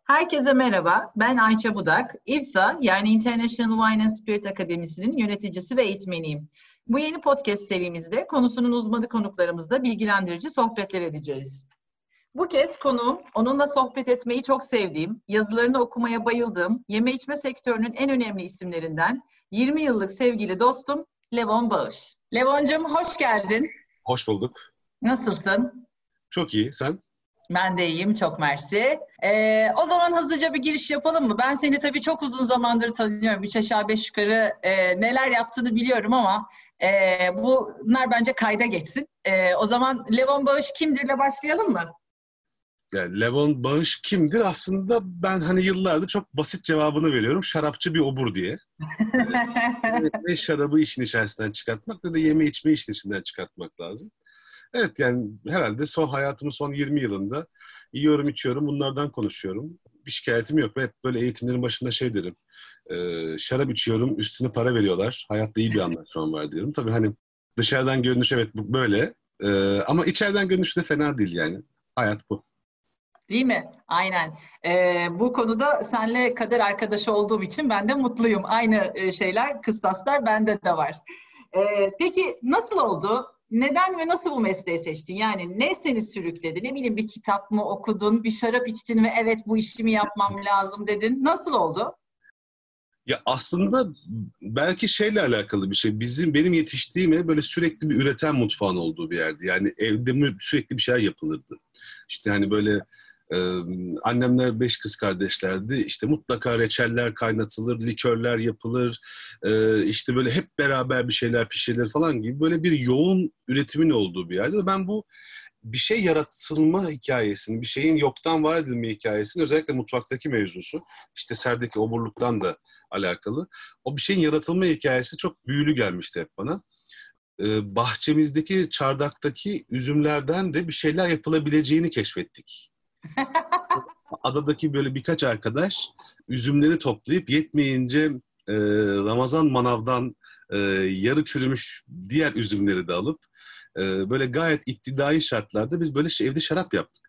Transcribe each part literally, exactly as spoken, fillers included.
Herkese merhaba, ben Ayça Budak. İVSA yani International Wine and Spirit Akademisi'nin yöneticisi ve eğitmeniyim. Bu yeni podcast serimizde konusunun uzmanı konuklarımızla bilgilendirici sohbetler edeceğiz. Bu kez konuğum, onunla sohbet etmeyi çok sevdiğim, yazılarını okumaya bayıldığım, yeme içme sektörünün en önemli isimlerinden yirmi yıllık sevgili dostum Levon Bağış. Levon'cum hoş geldin. Hoş bulduk. Nasılsın? Çok iyi. Sen? Ben de iyiyim, çok mersi. Ee, o zaman hızlıca bir giriş yapalım mı? Ben seni tabii çok uzun zamandır tanıyorum. Üç aşağı beş yukarı e, neler yaptığını biliyorum ama e, bunlar bence kayda geçsin. E, o zaman Levon Bağış kimdirle başlayalım mı? Yani Levon Bağış kimdir? Aslında ben hani yıllardır çok basit cevabını veriyorum. Şarapçı bir obur diye. Ne, ne şarabı işin içerisinden çıkartmak ne de yeme içme işin içinden çıkartmak lazım. Evet yani herhalde son hayatımın son yirmi yılında yiyorum içiyorum bunlardan konuşuyorum. Bir şikayetim yok ve hep böyle eğitimlerin başında şey derim. E, şarap içiyorum üstüne para veriyorlar. Hayatta iyi bir anlaşmam var diyorum. Tabii hani dışarıdan görünüş evet bu böyle. E, ama içeriden görünüş de fena değil yani. Hayat bu. Değil mi? Aynen. Ee, bu konuda senle kader arkadaşı olduğum için ben de mutluyum. Aynı e, şeyler, kıstaslar bende de var. Ee, peki nasıl oldu? Neden ve nasıl bu mesleği seçtin? Yani ne seni sürükledi? Ne bileyim bir kitap mı okudun, bir şarap içtin ve evet bu işimi yapmam lazım dedin. Nasıl oldu? Ya aslında belki şeyle alakalı bir şey. Bizim benim yetiştiğim ev böyle sürekli bir üreten mutfağın olduğu bir yerdi. Yani evde sürekli bir şeyler yapılırdı. İşte hani böyle e, annemler beş kız kardeşlerdi. İşte mutlaka reçeller kaynatılır, likörler yapılır. E, işte böyle hep beraber bir şeyler pişirilir falan gibi böyle bir yoğun üretimin olduğu bir yerdi. Ve ben bu bir şey yaratılma hikayesini, bir şeyin yoktan var edilme hikayesini özellikle mutfaktaki mevzusu, işte serdeki oburluktan da alakalı. O bir şeyin yaratılma hikayesi çok büyülü gelmişti hep bana. Ee, bahçemizdeki çardaktaki üzümlerden de bir şeyler yapılabileceğini keşfettik. Adadaki böyle birkaç arkadaş üzümleri toplayıp yetmeyince e, Ramazan manavdan e, yarı çürümüş diğer üzümleri de alıp e, böyle gayet iptidai şartlarda biz böyle şey, evde şarap yaptık.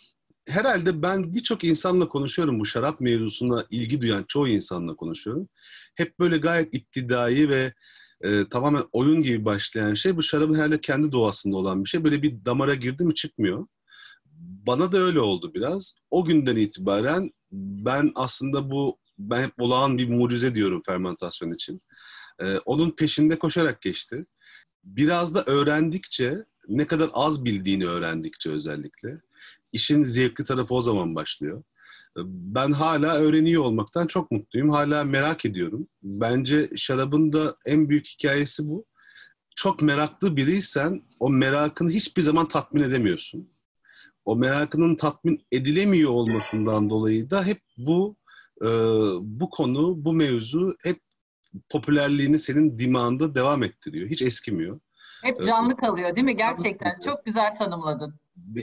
Herhalde ben birçok insanla konuşuyorum bu şarap mevzusuna ilgi duyan çoğu insanla konuşuyorum. Hep böyle gayet iptidai ve e, tamamen oyun gibi başlayan şey bu şarabın herhalde kendi doğasında olan bir şey. Böyle bir damara girdi mi çıkmıyor. Bana da öyle oldu biraz. O günden itibaren ben aslında bu ben hep olağan bir mucize diyorum fermentasyon için. Ee, onun peşinde koşarak geçti. Biraz da öğrendikçe, ne kadar az bildiğini öğrendikçe özellikle, işin zevkli tarafı o zaman başlıyor. Ben hala öğreniyor olmaktan çok mutluyum. Hala merak ediyorum. Bence şarabın da en büyük hikayesi bu. Çok meraklı biriysen o merakını hiçbir zaman tatmin edemiyorsun. O merakının tatmin edilemiyor olmasından dolayı da hep bu e, bu konu, bu mevzu hep popülerliğini senin dimağında devam ettiriyor. Hiç eskimiyor. Hep E, canlı kalıyor, değil mi? Gerçekten çok güzel tanımladın.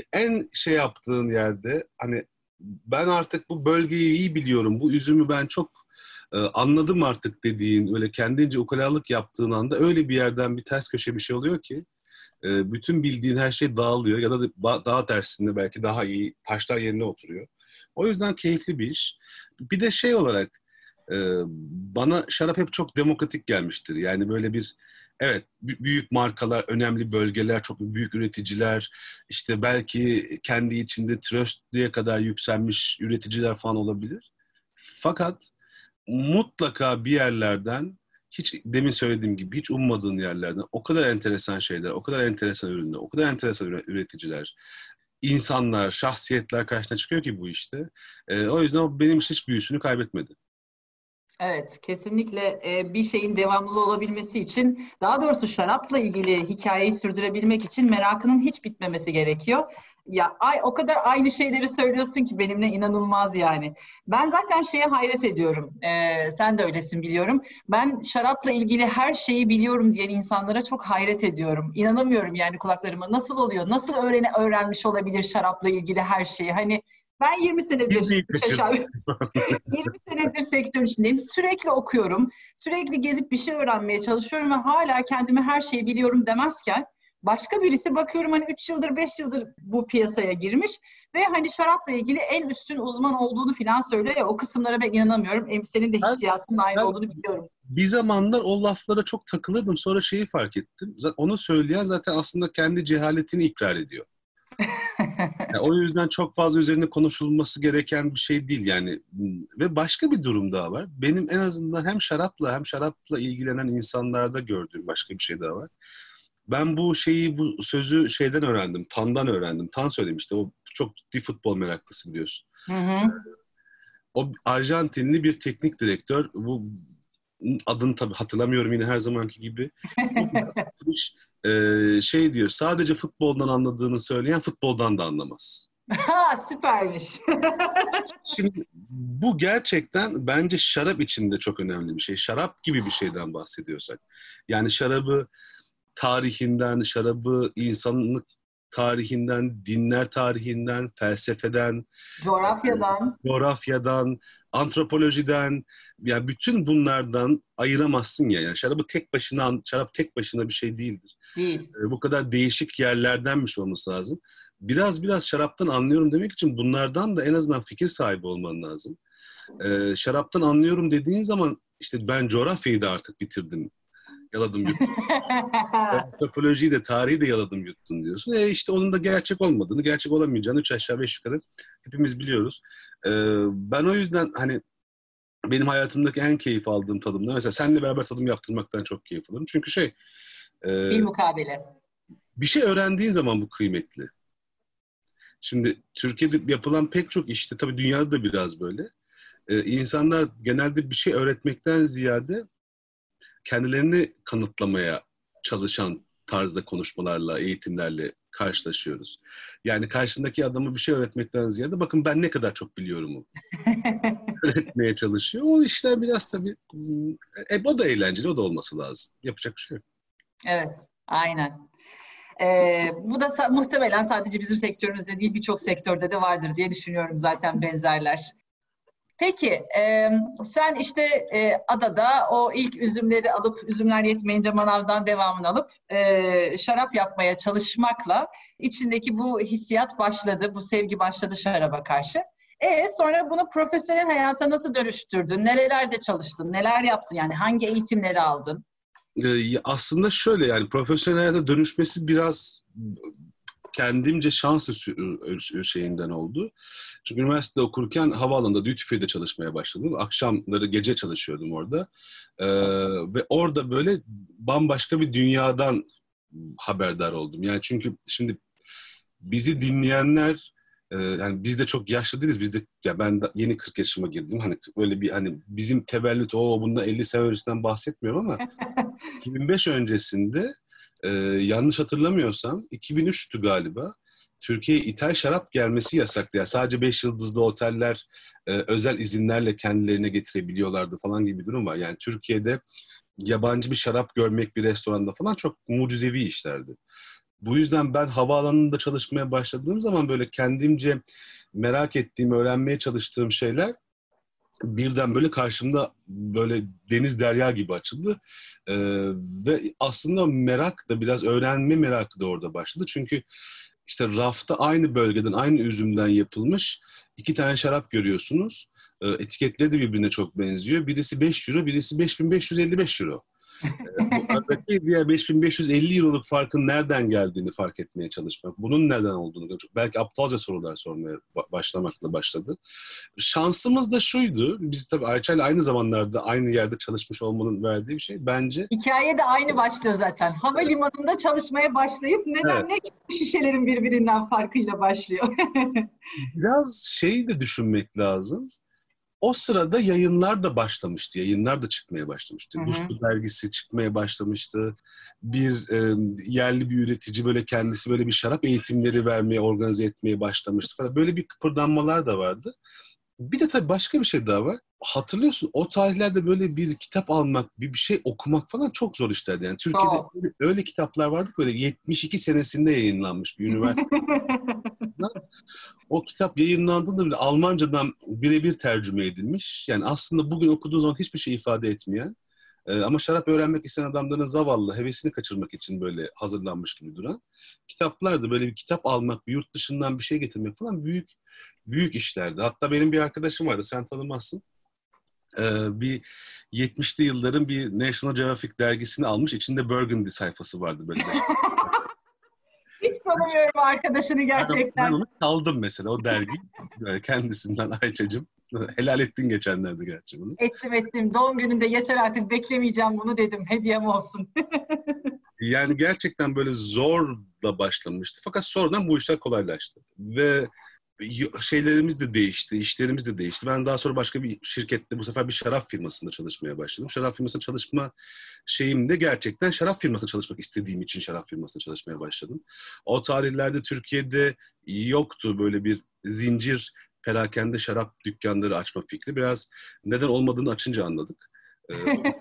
En şey yaptığın yerde hani ben artık bu bölgeyi iyi biliyorum, bu üzümü ben çok e, anladım artık dediğin, öyle kendince ukalalık yaptığın anda öyle bir yerden bir ters köşe bir şey oluyor ki e, bütün bildiğin her şey dağılıyor ya da da- daha tersinde belki daha iyi taşlar yerine oturuyor. O yüzden keyifli bir iş. Bir de şey olarak e, bana şarap hep çok demokratik gelmiştir. Yani böyle bir evet b- büyük markalar, önemli bölgeler, çok büyük üreticiler, işte belki kendi içinde tröstlüğe kadar yükselmiş üreticiler falan olabilir. Fakat mutlaka bir yerlerden hiç demin söylediğim gibi hiç ummadığın yerlerden o kadar enteresan şeyler, o kadar enteresan ürünler, o kadar enteresan üreticiler, insanlar, şahsiyetler karşına çıkıyor ki bu işte. Ee, o yüzden o benim için hiç büyüsünü kaybetmedi. Evet, kesinlikle e, bir şeyin devamlı olabilmesi için, daha doğrusu şarapla ilgili hikayeyi sürdürebilmek için merakının hiç bitmemesi gerekiyor. Ya ay o kadar aynı şeyleri söylüyorsun ki benimle inanılmaz yani. Ben zaten şeye hayret ediyorum. E, sen de öylesin biliyorum. Ben şarapla ilgili her şeyi biliyorum diyen insanlara çok hayret ediyorum. İnanamıyorum yani kulaklarıma. Nasıl oluyor? Nasıl öğrene öğrenmiş olabilir şarapla ilgili her şeyi? Hani ben yirmi Biz senedir neyi üç kaçırdık? aşağı yirmi senedir sektörün içindeyim. Sürekli okuyorum. Sürekli gezip bir şey öğrenmeye çalışıyorum ve hala kendime her şeyi biliyorum demezken başka birisi bakıyorum hani üç yıldır beş yıldır bu piyasaya girmiş Ve hani şarapla ilgili en üstün uzman olduğunu falan söylüyor ya, o kısımlara ben inanamıyorum. Em, senin de Ben, hissiyatının aynı ben olduğunu biliyorum. bir zamanlar o laflara çok takılırdım. Sonra şeyi fark ettim. Zaten onu söyleyen zaten aslında kendi cehaletini ikrar ediyor. Yani o yüzden çok fazla üzerine konuşulması gereken bir şey değil yani. Ve başka bir durum daha var. Benim en azından hem şarapla hem şarapla ilgilenen insanlarda gördüğüm başka bir şey daha var. Ben bu şeyi, bu sözü şeyden öğrendim. Tan'dan öğrendim. Tan söylemişti. O çok ciddi futbol meraklısı biliyorsun. Hı hı. O Arjantinli bir teknik direktör. Bu adını tabii hatırlamıyorum yine her zamanki gibi. O bir laf atmış. Ee, şey diyor, sadece futboldan anladığını söyleyen futboldan da anlamaz. Ha, süpermiş. Şimdi bu gerçekten bence şarap için de çok önemli bir şey. Şarap gibi bir şeyden bahsediyorsak. Yani şarabı tarihinden, şarabı insanlık tarihinden, dinler tarihinden, felsefeden, Coğrafyadan. coğrafyadan, antropolojiden, yani bütün bunlardan ayıramazsın ya. Yani şarabı tek başına, şarap tek başına bir şey değildir. Değil. E, bu kadar değişik yerlerdenmiş olması lazım. Biraz biraz şaraptan anlıyorum demek için bunlardan da en azından fikir sahibi olman lazım. E, şaraptan anlıyorum dediğin zaman işte ben coğrafyayı da artık bitirdim. Yaladım yuttum. Antropolojiyi de, tarihi de yaladım yuttum diyorsun. E işte onun da gerçek olmadığını, gerçek olamayacağını üç aşağı beş yukarı hepimiz biliyoruz. E, ben o yüzden hani benim hayatımdaki en keyif aldığım tadımlar, mesela seninle beraber tadım yaptırmaktan çok keyif alırım. Çünkü şey, e, Bilmukabele. bir şey öğrendiğin zaman bu kıymetli. Şimdi Türkiye'de yapılan pek çok işte, tabii dünyada da biraz böyle. E, insanlar genelde bir şey öğretmekten ziyade kendilerini kanıtlamaya çalışan tarzda konuşmalarla, eğitimlerle karşılaşıyoruz. Yani karşındaki adamı bir şey öğretmekten ziyade bakın ben ne kadar çok biliyorumu öğretmeye çalışıyor. O işler biraz tabii, e, o da eğlenceli, o da olması lazım. Yapacak bir şey yok. Evet, aynen. Ee, bu da sa- muhtemelen sadece bizim sektörümüzde değil, birçok sektörde de vardır diye düşünüyorum zaten benzerler. Peki, e, sen işte e, adada o ilk üzümleri alıp, üzümler yetmeyince manavdan devamını alıp e, şarap yapmaya çalışmakla içindeki bu hissiyat başladı, bu sevgi başladı şaraba karşı. E sonra bunu profesyonel hayata nasıl dönüştürdün? Nerelerde çalıştın? Neler yaptın? Yani hangi eğitimleri aldın? Ee, aslında şöyle, yani profesyonel hayata dönüşmesi biraz kendimce şans ü- şeyinden oldu. Çünkü üniversitede okurken havaalanında duty free'de çalışmaya başladım. Akşamları gece çalışıyordum orada. Ee, ve orada böyle bambaşka bir dünyadan haberdar oldum. Yani çünkü şimdi bizi dinleyenler, e, yani biz de çok yaşlı değiliz. Biz de, ya ben de yeni kırk yaşıma girdim. Hani öyle bir, hani bizim tevellüt o bunda elli sene öncesinden bahsetmiyorum ama iki bin beş öncesinde, e, yanlış hatırlamıyorsam iki bin üçtü galiba. Türkiye'ye ithal şarap gelmesi yasaktı. Yani sadece beş yıldızlı oteller e, özel izinlerle kendilerine getirebiliyorlardı falan gibi bir durum var. Yani Türkiye'de yabancı bir şarap görmek bir restoranda falan çok mucizevi işlerdi. Bu yüzden ben havaalanında çalışmaya başladığım zaman böyle kendimce merak ettiğim, öğrenmeye çalıştığım şeyler birden böyle karşımda böyle deniz derya gibi açıldı. Ee, ve aslında merak da, biraz öğrenme merakı da orada başladı. Çünkü işte rafta aynı bölgeden, aynı üzümden yapılmış iki tane şarap görüyorsunuz. Ee, etiketleri de birbirine çok benziyor. Birisi beş euro, birisi beş bin beş yüz elli beş euro. Bu aradaki diğer beş bin beş yüz elli euroluk farkın nereden geldiğini fark etmeye çalışmak, bunun neden olduğunu, belki aptalca sorular sormaya başlamakla başladı. Şansımız da şuydu, biz tabii Ayça'yla aynı zamanlarda aynı yerde çalışmış olmanın verdiği bir şey bence. Hikaye de aynı başlıyor zaten. Havalimanında çalışmaya başlayıp Evet. neden ne ki bu şişelerin birbirinden farkıyla başlıyor. Biraz şeyi de düşünmek lazım. O sırada yayınlar da başlamıştı. Yayınlar da çıkmaya başlamıştı. Hı hı. Gusto dergisi çıkmaya başlamıştı. Bir e, yerli bir üretici böyle kendisi böyle bir şarap eğitimleri vermeye, organize etmeye başlamıştı falan. Böyle bir kıpırdanmalar da vardı. Bir de tabii başka bir şey daha var. Hatırlıyorsun, o tarihlerde böyle bir kitap almak, bir, bir şey okumak falan çok zor işlerdi. Yani Türkiye'de Çok. öyle, öyle kitaplar vardı ki böyle yetmiş iki senesinde yayınlanmış bir üniversite. O kitap yayınlandığında bile Almancadan birebir tercüme edilmiş. Yani aslında bugün okuduğun zaman hiçbir şey ifade etmeyen Ee, ama şarap öğrenmek isteyen adamların zavallı, hevesini kaçırmak için böyle hazırlanmış gibi duran kitaplardı. Böyle bir kitap almak, bir yurt dışından bir şey getirmek falan büyük büyük işlerdi. Hatta benim bir arkadaşım vardı, sen tanımazsın. Ee, bir yetmişli yılların bir National Geographic dergisini almış. İçinde Burgundy sayfası vardı böyle. Hiç tanımıyorum arkadaşını Ben, ben gerçekten. onu çaldım mesela o dergi kendisinden Ayça'cığım. Helal ettin geçenlerde gerçi bunu. Ettim ettim. Doğum gününde yeter artık beklemeyeceğim bunu dedim. Hediyem olsun. Yani gerçekten böyle zorla başlamıştı. Fakat sonradan bu işler kolaylaştı. Ve şeylerimiz de değişti, işlerimiz de değişti. Ben daha sonra başka bir şirkette, bu sefer bir şarap firmasında çalışmaya başladım. Şarap firmasında çalışma şeyim de gerçekten şarap firmasında çalışmak istediğim için şarap firmasında çalışmaya başladım. O tarihlerde Türkiye'de yoktu böyle bir zincir perakende şarap dükkanları açma fikri. Biraz neden olmadığını açınca anladık. Ee,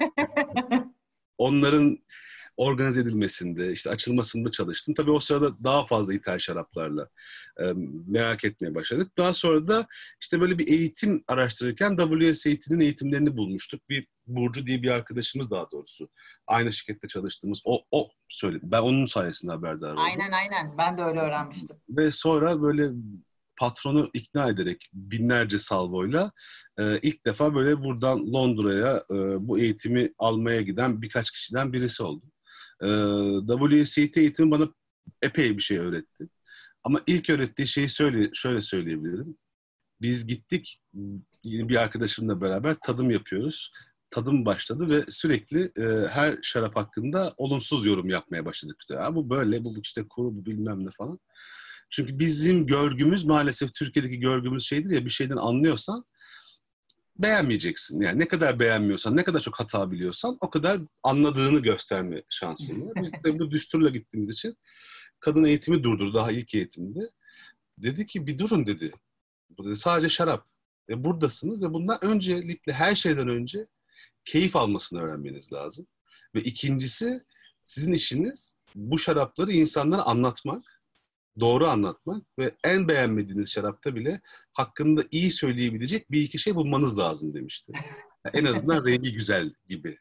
onların organize edilmesinde, işte açılmasında çalıştım. Tabii o sırada daha fazla ithal şaraplarla e, merak etmeye başladık. Daha sonra da işte böyle bir eğitim araştırırken W S E T'nin eğitimlerini bulmuştuk. Bir Burcu diye bir arkadaşımız daha doğrusu. Aynı şirkette çalıştığımız. O, o söyledi. Ben onun sayesinde haberdar oldum. Aynen aynen. Ben de öyle öğrenmiştim. Ve sonra böyle patronu ikna ederek binlerce salvoyla e, ilk defa böyle buradan Londra'ya e, bu eğitimi almaya giden birkaç kişiden birisi oldum. E, W S E T eğitimi bana epey bir şey öğretti. Ama ilk öğrettiği şeyi söyle, şöyle söyleyebilirim. Biz gittik, yeni bir arkadaşımla beraber tadım yapıyoruz. Tadım başladı ve sürekli e, her şarap hakkında olumsuz yorum yapmaya başladık. İşte, bu böyle, bu işte kuru, bu bilmem ne falan. Çünkü bizim görgümüz maalesef Türkiye'deki görgümüz şeydir ya, bir şeyden anlıyorsan beğenmeyeceksin. Yani ne kadar beğenmiyorsan, ne kadar çok hata biliyorsan o kadar anladığını gösterme şansın var. Biz de bu düsturla gittiğimiz için kadın eğitimi durdur daha ilk eğitimde. Dedi ki bir durun dedi. Bu dedi sadece şarap. Ve buradasınız ve bundan öncelikle her şeyden önce keyif almasını öğrenmeniz lazım. Ve ikincisi sizin işiniz bu şarapları insanlara anlatmak, doğru anlatmak ve en beğenmediğiniz şarapta bile hakkında iyi söyleyebilecek bir iki şey bulmanız lazım demişti. En azından rengi güzel gibi.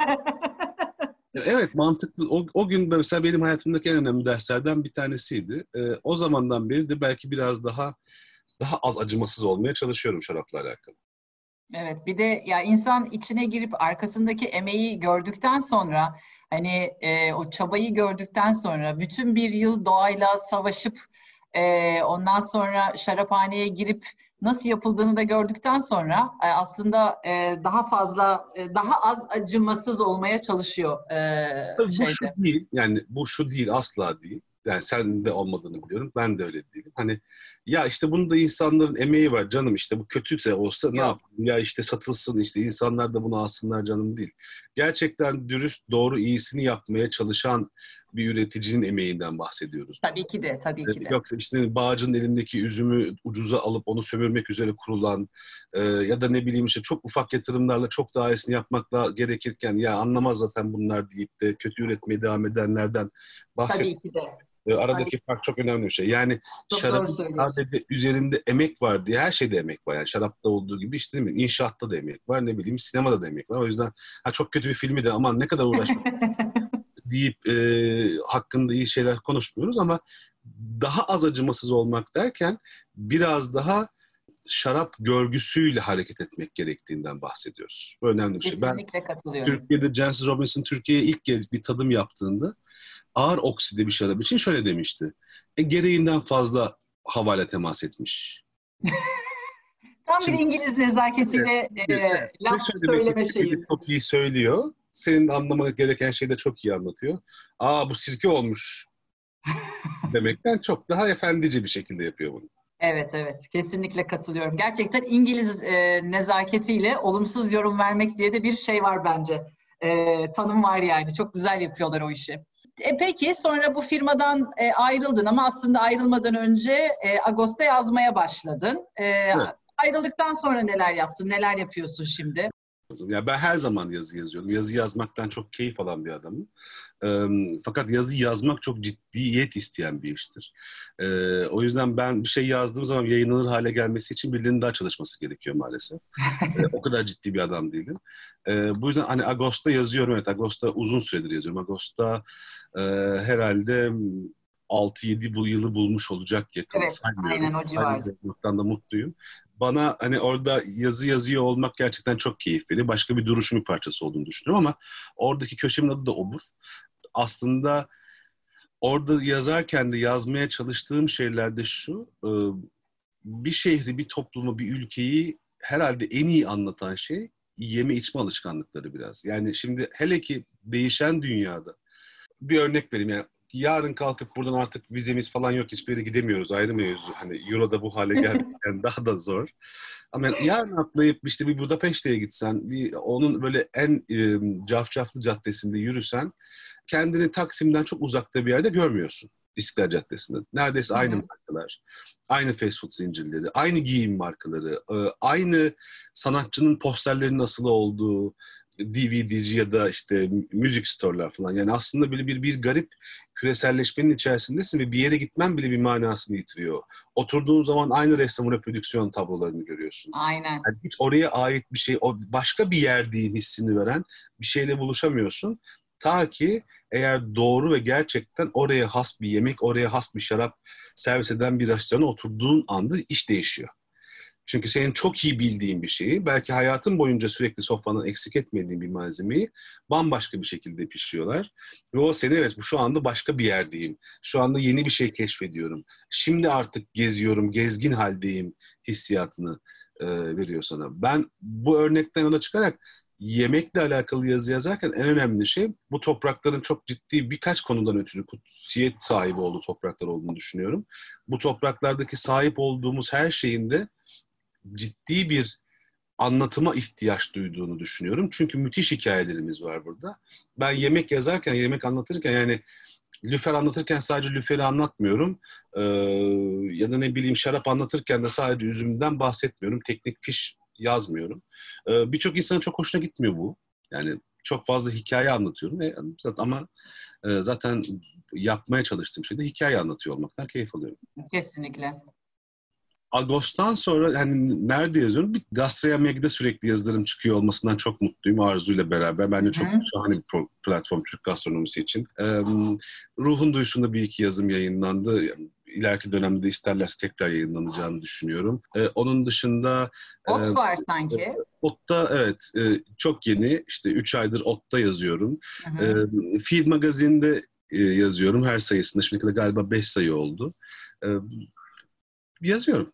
Evet, mantıklı. O, o gün mesela benim hayatımdaki en önemli derslerden bir tanesiydi. Ee, o zamandan beri de belki biraz daha daha az acımasız olmaya çalışıyorum şarapla alakalı. Evet, bir de ya insan içine girip arkasındaki emeği gördükten sonra hani e, o çabayı gördükten sonra bütün bir yıl doğayla savaşıp e, ondan sonra şaraphaneye girip nasıl yapıldığını da gördükten sonra e, aslında e, daha fazla e, daha az acımasız olmaya çalışıyor e, Tabii bu şu şeyde. değil, yani bu şu değil, asla değil. Yani sen de olmadığını biliyorum, ben de öyle değilim. Hani ya işte bunda insanların emeği var canım, işte bu kötüyse olsa ne Yok. yapayım? Ya işte satılsın, işte insanlar da bunu alsınlar canım değil. Gerçekten dürüst, doğru, iyisini yapmaya çalışan bir üreticinin emeğinden bahsediyoruz. Tabii ki de, tabii ki de. Yoksa işte bağcının elindeki üzümü ucuza alıp onu sömürmek üzere kurulan e, ya da ne bileyim işte çok ufak yatırımlarla çok daha iyisini yapmakla gerekirken ya anlamaz zaten bunlar deyip de kötü üretmeye devam edenlerden Tabii bahsediyoruz. ki de. E, Tabii, aradaki fark çok önemli bir şey. Yani çok doğru şarabın söylüyorsun. sadece üzerinde emek var diye her şeyde emek var. Yani şarapta olduğu gibi işte değil mi? İnşaatta da emek var, ne bileyim sinemada da emek var. O yüzden ha, çok kötü bir filmi de aman ne kadar uğraşmak deyip e, hakkında iyi şeyler konuşmuyoruz ama daha az acımasız olmak derken biraz daha şarap görgüsüyle hareket etmek gerektiğinden bahsediyoruz. Bu önemli bir şey. Ben Kesinlikle katılıyorum. Türkiye'de Jancis Robinson Türkiye'ye ilk gelip bir tadım yaptığında ağır okside bir şarap için şöyle demişti. E, gereğinden fazla havayla temas etmiş. Tam bir Şimdi İngiliz evet, nezaketiyle evet, e, evet. Ne laf söylemek söyleme istediğini şeyi. çok iyi söylüyor. Senin anlamak gereken şeyi de çok iyi anlatıyor. Aa bu sirke olmuş demekten çok daha efendice bir şekilde yapıyor bunu. Evet, evet. Kesinlikle katılıyorum. Gerçekten İngiliz e, nezaketiyle olumsuz yorum vermek diye de bir şey var bence. E, tanım var yani. Çok güzel yapıyorlar o işi. E, peki sonra bu firmadan e, ayrıldın ama aslında ayrılmadan önce e, Ağustos'ta yazmaya başladın. E, Evet. ayrıldıktan sonra neler yaptın? Neler yapıyorsun şimdi? Yani ben her zaman yazı yazıyorum. Yazı yazmaktan çok keyif alan bir adamım. Ee, fakat yazı yazmak çok ciddiyet isteyen bir iştir. Ee, o yüzden ben bir şey yazdığım zaman yayınlanır hale gelmesi için birilerinin daha çalışması gerekiyor maalesef. Ee, o kadar ciddi bir adam değilim. Ee, bu yüzden hani Ağustos'ta yazıyorum. Evet, Ağustos'ta uzun süredir yazıyorum. Ağustos'ta e, herhalde altı yedi bu yılı bulmuş olacak yakın. Evet, Saymıyorum. aynen o civarda. Saymaktan da mutluyum. Bana hani orada yazı yazıyor olmak gerçekten çok keyif veriyor. Başka bir duruşun bir parçası olduğunu düşünüyorum ama oradaki köşemin adı da Obur. Aslında orada yazarken de yazmaya çalıştığım şeyler de şu: e, bir şehri, bir toplumu, bir ülkeyi herhalde en iyi anlatan şey yeme içme alışkanlıkları biraz. Yani şimdi hele ki değişen dünyada bir örnek vereyim. Yani yarın kalkıp buradan artık vizemiz falan yok, hiçbir yere gidemiyoruz, ayrı mevzu. Hani Euro'da bu hale gelmişken daha da zor. Ama yarın atlayıp işte bir Budapeşte'ye gitsen, bir onun böyle en e, cafcaflı caddesinde yürüsen, kendini Taksim'den çok uzakta bir yerde görmüyorsun. İstiklal Caddesi'nde. Neredeyse Hı aynı hı. markalar, aynı fast food zincirleri, aynı giyim markaları, e, aynı sanatçının posterlerinin asılı olduğu D V D'ci ya da işte müzik store'lar falan. Yani aslında böyle bir, bir garip küreselleşmenin içerisindesin ve bir yere gitmen bile bir manasını yitiriyor. Oturduğun zaman aynı ressamın reprodüksiyon tablolarını görüyorsun. Aynen. Yani hiç oraya ait bir şey, o başka bir yer değil hissini veren bir şeyle buluşamıyorsun. Ta ki eğer doğru ve gerçekten oraya has bir yemek, oraya has bir şarap servis eden bir restorana oturduğun anda iş değişiyor. Çünkü senin çok iyi bildiğin bir şeyi, belki hayatın boyunca sürekli sofrandan eksik etmediğin bir malzemeyi bambaşka bir şekilde pişiriyorlar. Ve o seni, evet, bu şu anda başka bir yerdeyim. Şu anda yeni bir şey keşfediyorum. Şimdi artık geziyorum, gezgin haldeyim hissiyatını e, veriyor sana. Ben bu örnekten yola çıkarak yemekle alakalı yazı yazarken en önemli şey, bu toprakların çok ciddi birkaç konudan ötürü kutsiyet sahibi olduğu topraklar olduğunu düşünüyorum. Bu topraklardaki sahip olduğumuz her şeyin de ciddi bir anlatıma ihtiyaç duyduğunu düşünüyorum. Çünkü müthiş hikayelerimiz var burada. Ben yemek yazarken, yemek anlatırken, yani lüfer anlatırken sadece lüferi anlatmıyorum. Ee, ya da ne bileyim şarap anlatırken de sadece üzümden bahsetmiyorum. Teknik fiş yazmıyorum. Ee, Birçok insanın çok hoşuna gitmiyor bu. Yani çok fazla hikaye anlatıyorum. E, ama e, zaten yapmaya çalıştığım şey de hikaye anlatıyor olmaktan keyif alıyorum. Kesinlikle. Ağustos'tan sonra hani nerede yazıyorum? Bir Gastrea Mag'de sürekli yazılarım çıkıyor olmasından çok mutluyum Arzu ile beraber. Hı Bence çok hı. şahane bir pro- platform Türk gastronomisi için. Ee, Ruhun Duyusu'nda bir iki yazım yayınlandı. Yani İleriki dönemde isterlerse tekrar yayınlanacağını düşünüyorum. Ee, onun dışında e, Ot var sanki. Ot'ta, evet, e, çok yeni. İşte üç aydır Ot'ta yazıyorum. Hı E, hı. Feed Magazine'de e, yazıyorum her sayısında. Şimdiye kadar galiba beş sayı oldu. E, yazıyorum.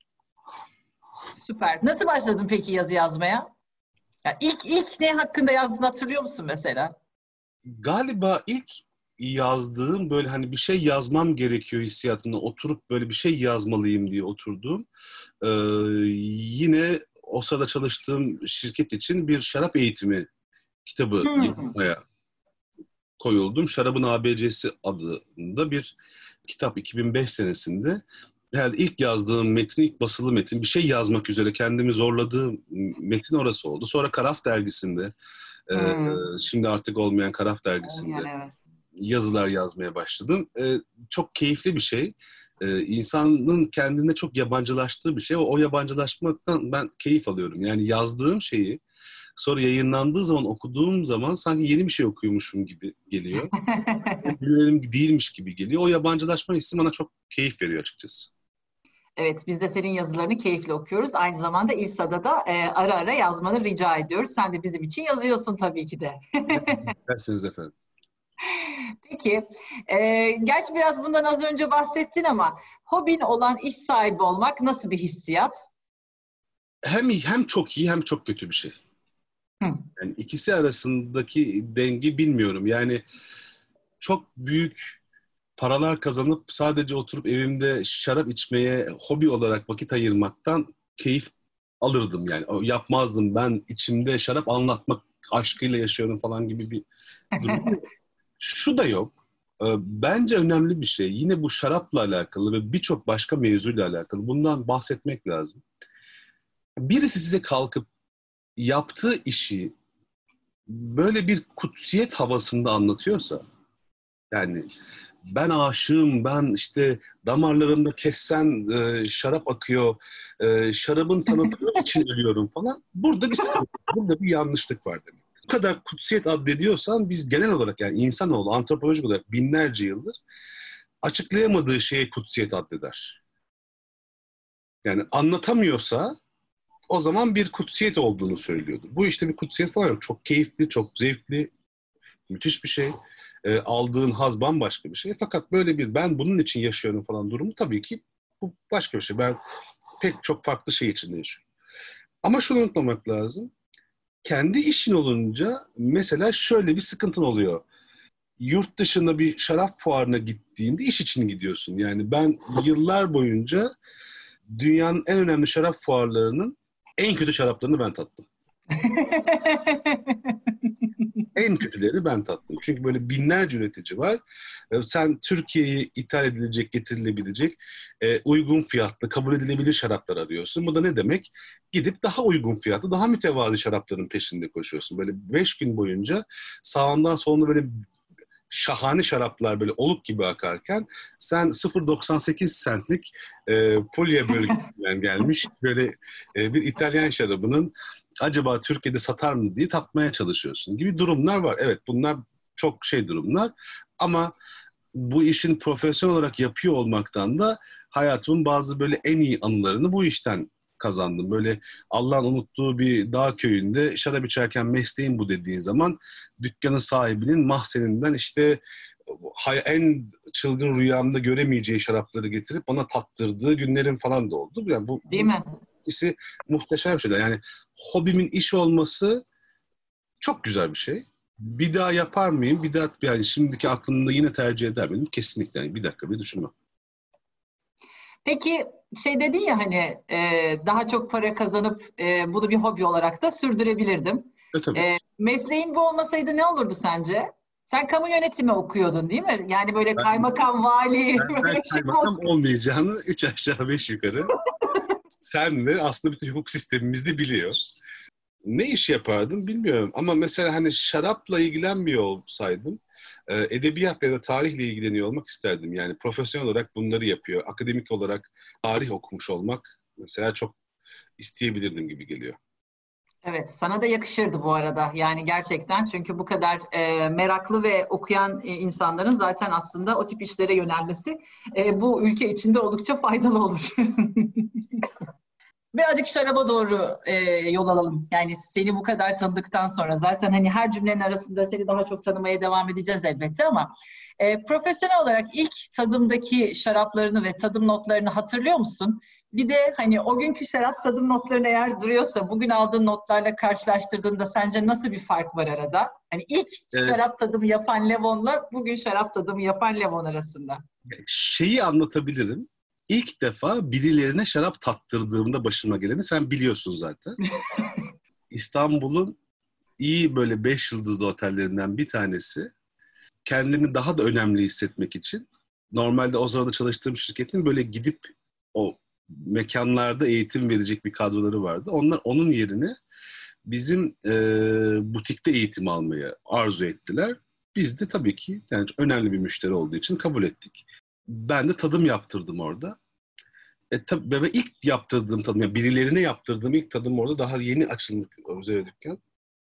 Süper. Nasıl başladın peki yazı yazmaya? Ya ilk ilk ne hakkında yazdığını hatırlıyor musun mesela? Galiba ilk yazdığım, böyle hani bir şey yazmam gerekiyor hissiyatında oturup böyle bir şey yazmalıyım diye oturduğum, e, yine o sırada çalıştığım şirket için bir şarap eğitimi kitabı Hmm. yapmaya koyuldum. Şarabın A B C'si adında bir kitap, iki bin beş senesinde. Yani ilk yazdığım metin, ilk basılı metin, bir şey yazmak üzere kendimi zorladığım metin orası oldu. Sonra Karaf dergisinde, e, Hmm. şimdi artık olmayan Karaf dergisinde Yani evet. yazılar yazmaya başladım. E, çok keyifli bir şey. E, insanın kendine çok yabancılaştığı bir şey. O, o yabancılaşmaktan ben keyif alıyorum. Yani yazdığım şeyi sonra yayınlandığı zaman, okuduğum zaman sanki yeni bir şey okuyormuşum gibi geliyor. Birilerim değilmiş gibi geliyor. O yabancılaşma hissi bana çok keyif veriyor açıkçası. Evet, biz de senin yazılarını keyifle okuyoruz. Aynı zamanda İrsa'da da e, ara ara yazmanı rica ediyoruz. Sen de bizim için yazıyorsun tabii ki de. Dersiniz efendim. Peki, e, gerçi biraz bundan az önce bahsettin ama hobin olan iş sahibi olmak nasıl bir hissiyat? Hem hem çok iyi hem çok kötü bir şey. Hı. Yani ikisi arasındaki dengi bilmiyorum. Yani çok büyük paralar kazanıp sadece oturup evimde şarap içmeye hobi olarak vakit ayırmaktan keyif alırdım yani. O yapmazdım. Ben içimde şarap anlatmak aşkıyla yaşıyorum falan gibi bir durum yok. Şu da yok. Ee, Bence önemli bir şey. Yine bu şarapla alakalı ve birçok başka mevzuyla alakalı. Bundan bahsetmek lazım. Birisi size kalkıp yaptığı işi böyle bir kutsiyet havasında anlatıyorsa, yani ben aşığım, ben işte damarlarımda kessen e, şarap akıyor, e, şarabın tanıtımı için ölüyorum falan. Burada bir sıkıntı, burada bir yanlışlık var demek. Bu kadar kutsiyet addediyorsan biz genel olarak, yani insanoğlu antropolojik olarak binlerce yıldır açıklayamadığı şeye kutsiyet addeder. Yani anlatamıyorsa o zaman bir kutsiyet olduğunu söylüyordur. Bu işte bir kutsiyet falan yok. Çok keyifli, çok zevkli, müthiş bir şey. E, aldığın haz bambaşka bir şey. Fakat böyle bir ben bunun için yaşıyorum falan durumu tabii ki bu başka bir şey. Ben pek çok farklı şey içinde yaşıyorum. Ama şunu unutmamak lazım. Kendi işin olunca mesela şöyle bir sıkıntın oluyor. Yurt dışında bir şarap fuarına gittiğinde iş için gidiyorsun. Yani ben yıllar boyunca dünyanın en önemli şarap fuarlarının en kötü şaraplarını ben tattım. En kötüleri ben tattım. Çünkü böyle binlerce üretici var. Sen Türkiye'ye ithal edilecek, getirilebilecek, e, uygun fiyatlı, kabul edilebilir şaraplar arıyorsun. Bu da ne demek? Gidip daha uygun fiyatlı, daha mütevazi şarapların peşinde koşuyorsun. Böyle beş gün boyunca sağından solunda böyle şahane şaraplar böyle oluk gibi akarken sen sıfır virgül doksan sekiz centlik e, Puglia bölgesinden gelmiş böyle e, bir İtalyan şarabının acaba Türkiye'de satar mı diye tatmaya çalışıyorsun gibi durumlar var. Evet, bunlar çok şey durumlar ama bu işin profesyonel olarak yapıyor olmaktan da hayatımın bazı böyle en iyi anılarını bu işten kazandım. Böyle Allah'ın unuttuğu bir dağ köyünde şarap içerken mesleğim bu dediğin zaman dükkanın sahibinin mahzeninden işte en çılgın rüyamda göremeyeceği şarapları getirip bana tattırdığı günlerim falan da oldu. Yani bu, Değil bu mi? ikisi muhteşem şeyler. Yani hobimin iş olması çok güzel bir şey. Bir daha yapar mıyım? Bir daha, yani şimdiki aklımda yine tercih eder miyim? Kesinlikle. Yani bir dakika bir düşünmem. Peki şey dedin ya hani e, daha çok para kazanıp e, bunu bir hobi olarak da sürdürebilirdim. E tabii. E, mesleğin bu olmasaydı ne olurdu sence? Sen kamu yönetimi okuyordun değil mi? Yani böyle Ben, kaymakam, vali ben böyle bir şey mi kaymakam oldu? olmayacağını üç aşağı beş yukarı sen ve aslında bütün hukuk sistemimiz de biliyor. Ne iş yapardım bilmiyorum ama mesela hani şarapla ilgilenmiyor olsaydım e, edebiyatla ya da tarihle ilgileniyor olmak isterdim. Yani profesyonel olarak bunları yapıyor. Akademik olarak tarih okumuş olmak mesela çok isteyebilirdim gibi geliyor. Evet, sana da yakışırdı bu arada. Yani gerçekten çünkü bu kadar e, meraklı ve okuyan e, insanların zaten aslında o tip işlere yönelmesi e, bu ülke içinde oldukça faydalı olur. Birazcık şaraba doğru e, yol alalım. Yani seni bu kadar tanıdıktan sonra zaten hani her cümlenin arasında seni daha çok tanımaya devam edeceğiz elbette ama e, profesyonel olarak ilk tadımdaki şaraplarını ve tadım notlarını hatırlıyor musun? Bir de hani o günkü şarap tadım notların eğer duruyorsa bugün aldığın notlarla karşılaştırdığında sence nasıl bir fark var arada? Hani ilk E, şarap tadımı yapan Levon'la bugün şarap tadımı yapan Levon arasında. şeyi anlatabilirim. İlk defa birilerine şarap tattırdığımda başıma geleni sen biliyorsun zaten. İstanbul'un iyi böyle beş yıldızlı otellerinden bir tanesi kendini daha da önemli hissetmek için normalde o sırada çalıştığım şirketin böyle gidip o mekanlarda eğitim verecek bir kadroları vardı. Onlar onun yerine bizim e, butikte eğitim almayı arzu ettiler. Biz de tabii ki yani önemli bir müşteri olduğu için kabul ettik. Ben de tadım yaptırdım orada. E, tabii, ve ilk yaptırdığım tadım, yani birilerine yaptırdığım ilk tadım orada daha yeni açılmış üzere dükkan.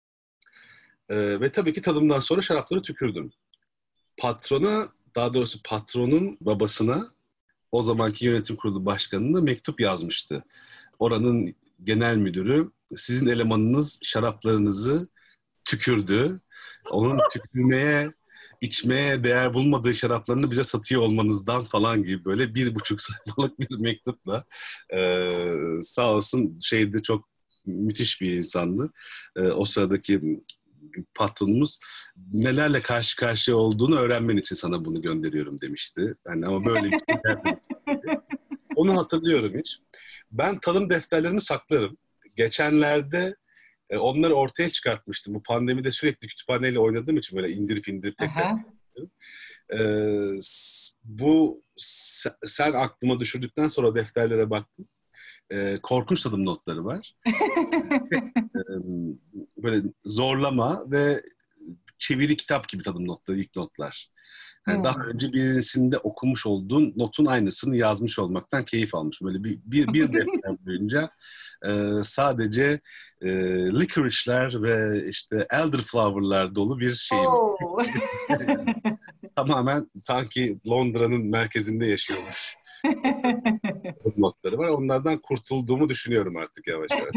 E, ve tabii ki tadımdan sonra şarapları tükürdüm. Patrona, daha doğrusu patronun babasına o zamanki yönetim kurulu başkanına mektup yazmıştı. Oranın genel müdürü sizin elemanınız şaraplarınızı tükürdü. Onun tükürmeye, içmeye değer bulmadığı şaraplarını bize satıyor olmanızdan falan gibi böyle bir buçuk sayfalık bir mektupla ee, sağ olsun şeyde çok müthiş bir insandı. Ee, o sıradaki patronumuz nelerle karşı karşıya olduğunu öğrenmen için sana bunu gönderiyorum demişti. Yani ama böyle bir şey gelmedi. Onu hatırlıyorum hiç. Ben tadım defterlerimi saklarım. Geçenlerde e, onları ortaya çıkartmıştım. Bu pandemide sürekli kütüphaneyle oynadığım için böyle indirip indirip tekrar Aha. e, s- bu se- sen aklıma düşürdükten sonra defterlere baktım. E, korkunç tadım notları var. böyle zorlama ve çeviri kitap gibi tadım notları, ilk notlar. Yani daha Hmm. önce birisinde okumuş olduğun notun aynısını yazmış olmaktan keyif almış. Böyle bir, bir, bir defter boyunca e, sadece e, licorice'ler ve işte elderflower'lar dolu bir şeyim. Oo. Tamamen sanki Londra'nın merkezinde yaşıyormuş notları var. Onlardan kurtulduğumu düşünüyorum artık yavaş yavaş.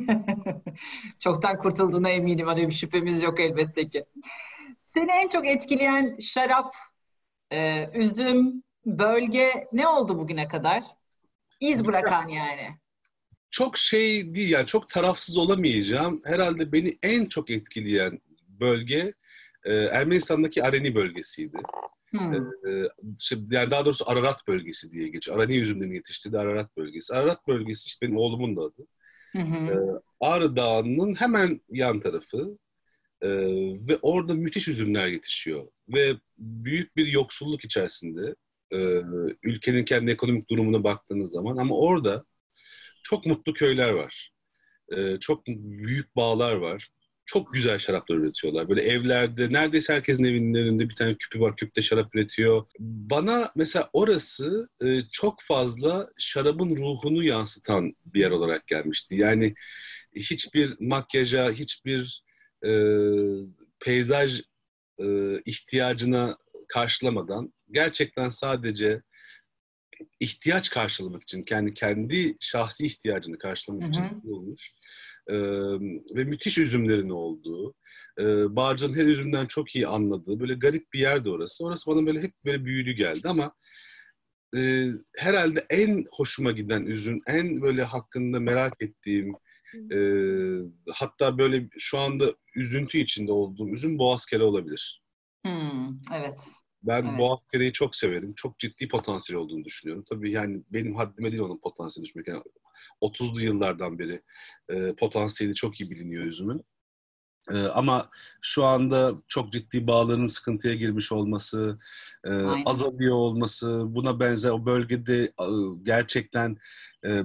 Çoktan kurtulduğuna eminim. Öyle bir şüphemiz yok elbette ki. Seni en çok etkileyen şarap, e, üzüm, bölge ne oldu bugüne kadar? İz bırakan yani. Çok şey değil yani, çok tarafsız olamayacağım. Herhalde beni en çok etkileyen bölge e, Ermenistan'daki Areni bölgesiydi. E, Hmm. e, şimdi yani daha doğrusu Ararat bölgesi diye geçiyor. Areni üzümlerini yetiştirdiği Ararat bölgesi. Ararat bölgesi işte benim oğlumun da adı. Hı E, hı. Ağrı Dağı'nın hemen yan tarafı. E, ve orada müthiş üzümler yetişiyor. Ve büyük bir yoksulluk içerisinde e, ülkenin kendi ekonomik durumuna baktığınız zaman, ama orada çok mutlu köyler var. Ee, çok büyük bağlar var. Çok güzel şaraplar üretiyorlar. Böyle evlerde, neredeyse herkesin evinin önünde bir tane küpü var. Küpte şarap üretiyor. Bana mesela orası e, çok fazla şarabın ruhunu yansıtan bir yer olarak gelmişti. Yani hiçbir makyaja, hiçbir e, peyzaj e, ihtiyacına karşılamadan, gerçekten sadece ihtiyaç karşılamak için, kendi kendi şahsi ihtiyacını Hı karşılamak için hı. olmuş. Ee, ve müthiş üzümlerin olduğu, e, Bağcı'nın her üzümden çok iyi anladığı, böyle garip bir yerde orası. Orası bana böyle hep böyle büyülü geldi, ama e, herhalde en hoşuma giden üzüm, en böyle hakkında merak ettiğim, e, hatta böyle şu anda üzüntü içinde olduğum üzüm Boğazkere olabilir. Hmm. Evet. Ben Evet. Boğazkere'yi çok severim. Çok ciddi potansiyel olduğunu düşünüyorum. Tabii yani benim haddime değil onun potansiyeli düşmek. Yani otuzlu yıllardan beri e, potansiyeli çok iyi biliniyor üzümün. E, ama şu anda çok ciddi bağların sıkıntıya girmiş olması, e, Aynen. azalıyor olması, buna benzer o bölgede e, gerçekten e,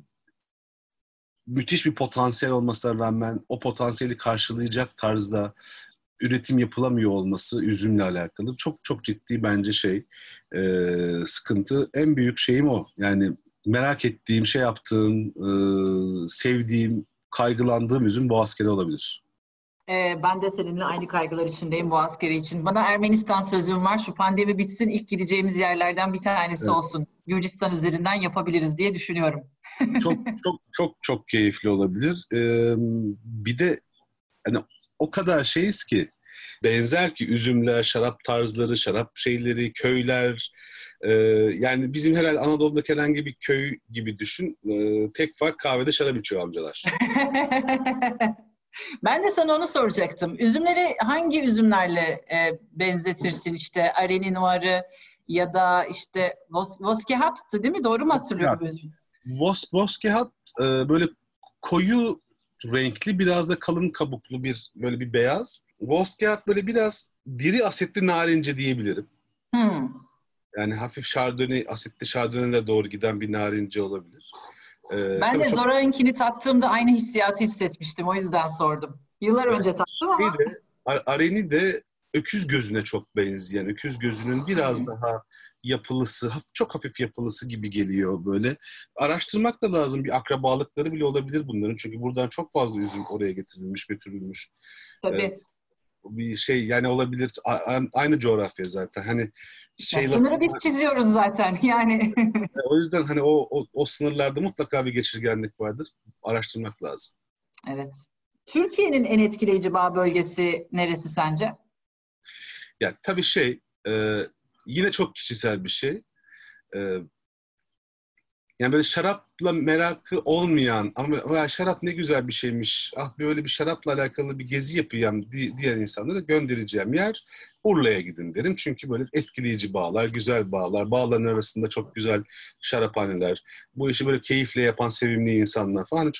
müthiş bir potansiyel olmasına rağmen o potansiyeli karşılayacak tarzda üretim yapılamıyor olması üzümle alakalı çok çok ciddi bence şey e, sıkıntı. En büyük şeyim o. Yani merak ettiğim, şey yaptığım, e, sevdiğim, kaygılandığım üzüm Boğazkere olabilir. Ee, ben de seninle aynı kaygılar içindeyim bu askeri için. Bana Ermenistan sözüm var. Şu pandemi bitsin, ilk gideceğimiz yerlerden bir tanesi Evet. olsun. Gürcistan üzerinden yapabiliriz diye düşünüyorum. Çok çok çok çok keyifli olabilir. E, bir de hani o kadar şeyiz ki, benzer ki üzümler, şarap tarzları, şarap şeyleri, köyler. e, yani bizim herhalde Anadolu'daki herhangi bir köy gibi düşün. E, tek fark, kahvede şarap içiyor amcalar. Ben de sana onu soracaktım. Üzümleri hangi üzümlerle e, benzetirsin? İşte Areni Noir'ı ya da işte Vos Voskehat'tı değil mi? Doğru mu Ya, hatırlıyorum üzüm? Vos, Voskehat e, böyle koyu renkli, biraz da kalın kabuklu bir böyle bir beyaz. Voskehat böyle biraz diri asetli narince diyebilirim. Hmm. Yani hafif şardonnay, asitli şardonnay'e doğru giden bir narince olabilir. E, Ben tabii de çok Zora'nkini tattığımda aynı hissiyatı hissetmiştim. O yüzden sordum. Yıllar evet, önce tattım şey ama. de A- Areni de öküz gözüne çok benzeyen, öküz gözünün biraz Hmm. daha yapılısı, haf- çok hafif yapılısı gibi geliyor böyle. Araştırmak da lazım. Bir akrabalıkları bile olabilir bunların. Çünkü buradan çok fazla üzüm oraya getirilmiş, götürülmüş. Ee, Tabii. bir şey yani olabilir. A- a- aynı coğrafya zaten. Hani Ya şey lafı sınırı biz var. çiziyoruz zaten yani. O yüzden hani o, o, o sınırlarda mutlaka bir geçirgenlik vardır. Araştırmak lazım. Evet. Türkiye'nin en etkileyici bağ bölgesi neresi sence? Yani tabii şey e, yine çok kişisel bir şey. E, Yani böyle şarapla merakı olmayan, ama "Vay, şarap ne güzel bir şeymiş, ah böyle bir şarapla alakalı bir gezi yapayım" di- diyen insanlara göndereceğim yer Urla'ya gidin derim. Çünkü böyle etkileyici bağlar, güzel bağlar, bağların arasında çok güzel şaraphaneler, bu işi böyle keyifle yapan sevimli insanlar falan. Hani çok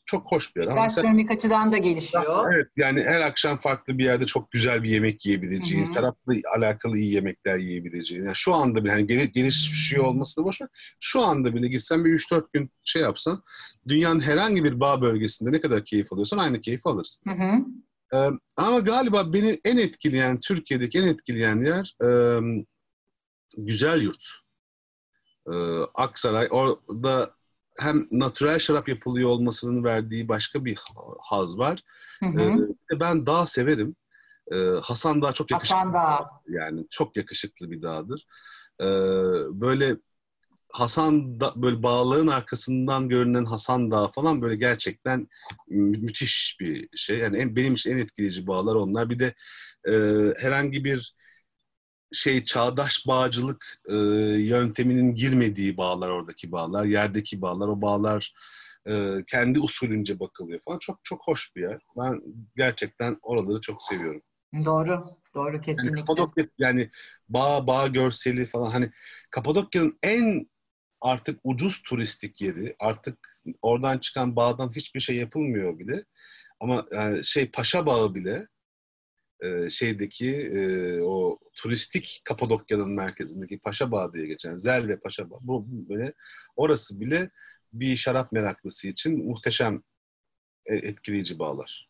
çok hoş bir yer. Ama mesela Gastronomik açıdan da gelişiyor. evet, yani her akşam farklı bir yerde çok güzel bir yemek Hı yiyebileceğin, hı. şarapla alakalı iyi yemekler yiyebileceğin. Yani şu anda bile hani gel- gelişiyor olmasını boş ver. Şu anda bile gitsen bir üç dört gün şey yapsan dünyanın herhangi bir bağ bölgesinde ne kadar keyif alıyorsan aynı keyif alırsın. Hı hı. Ee, ama galiba beni en etkileyen, Türkiye'deki en etkileyen yer e, Güzelyurt. Ee, Aksaray. Orada hem natürel şarap yapılıyor olmasının verdiği başka bir haz var. Hı Ee, hı. bir de ben dağ severim. Ee, Hasan Dağı çok yakışıklı Hasan bir Dağı. dağ. Yani çok yakışıklı bir dağdır. Ee, böyle Hasan da, böyle bağların arkasından görünen Hasan Dağı falan böyle gerçekten mü- müthiş bir şey. Yani en, benim için en etkileyici bağlar onlar. Bir de e, herhangi bir şey çağdaş bağcılık e, yönteminin girmediği bağlar, oradaki bağlar, yerdeki bağlar, o bağlar e, kendi usulünce bakılıyor falan. Çok çok hoş bir yer. Ben gerçekten oraları çok seviyorum. Doğru. Doğru, Yani kesinlikle. Kapadokya, yani bağ bağ görseli falan, hani Kapadokya'nın en artık ucuz turistik yeri, artık oradan çıkan bağdan hiçbir şey yapılmıyor bile. Ama yani şey Paşa Bağı bile e, şeydeki e, o turistik Kapadokya'nın merkezindeki Paşa Bağı diye geçen Zel ve Paşa Bağı, bu böyle orası bile bir şarap meraklısı için muhteşem e, etkileyici bağlar.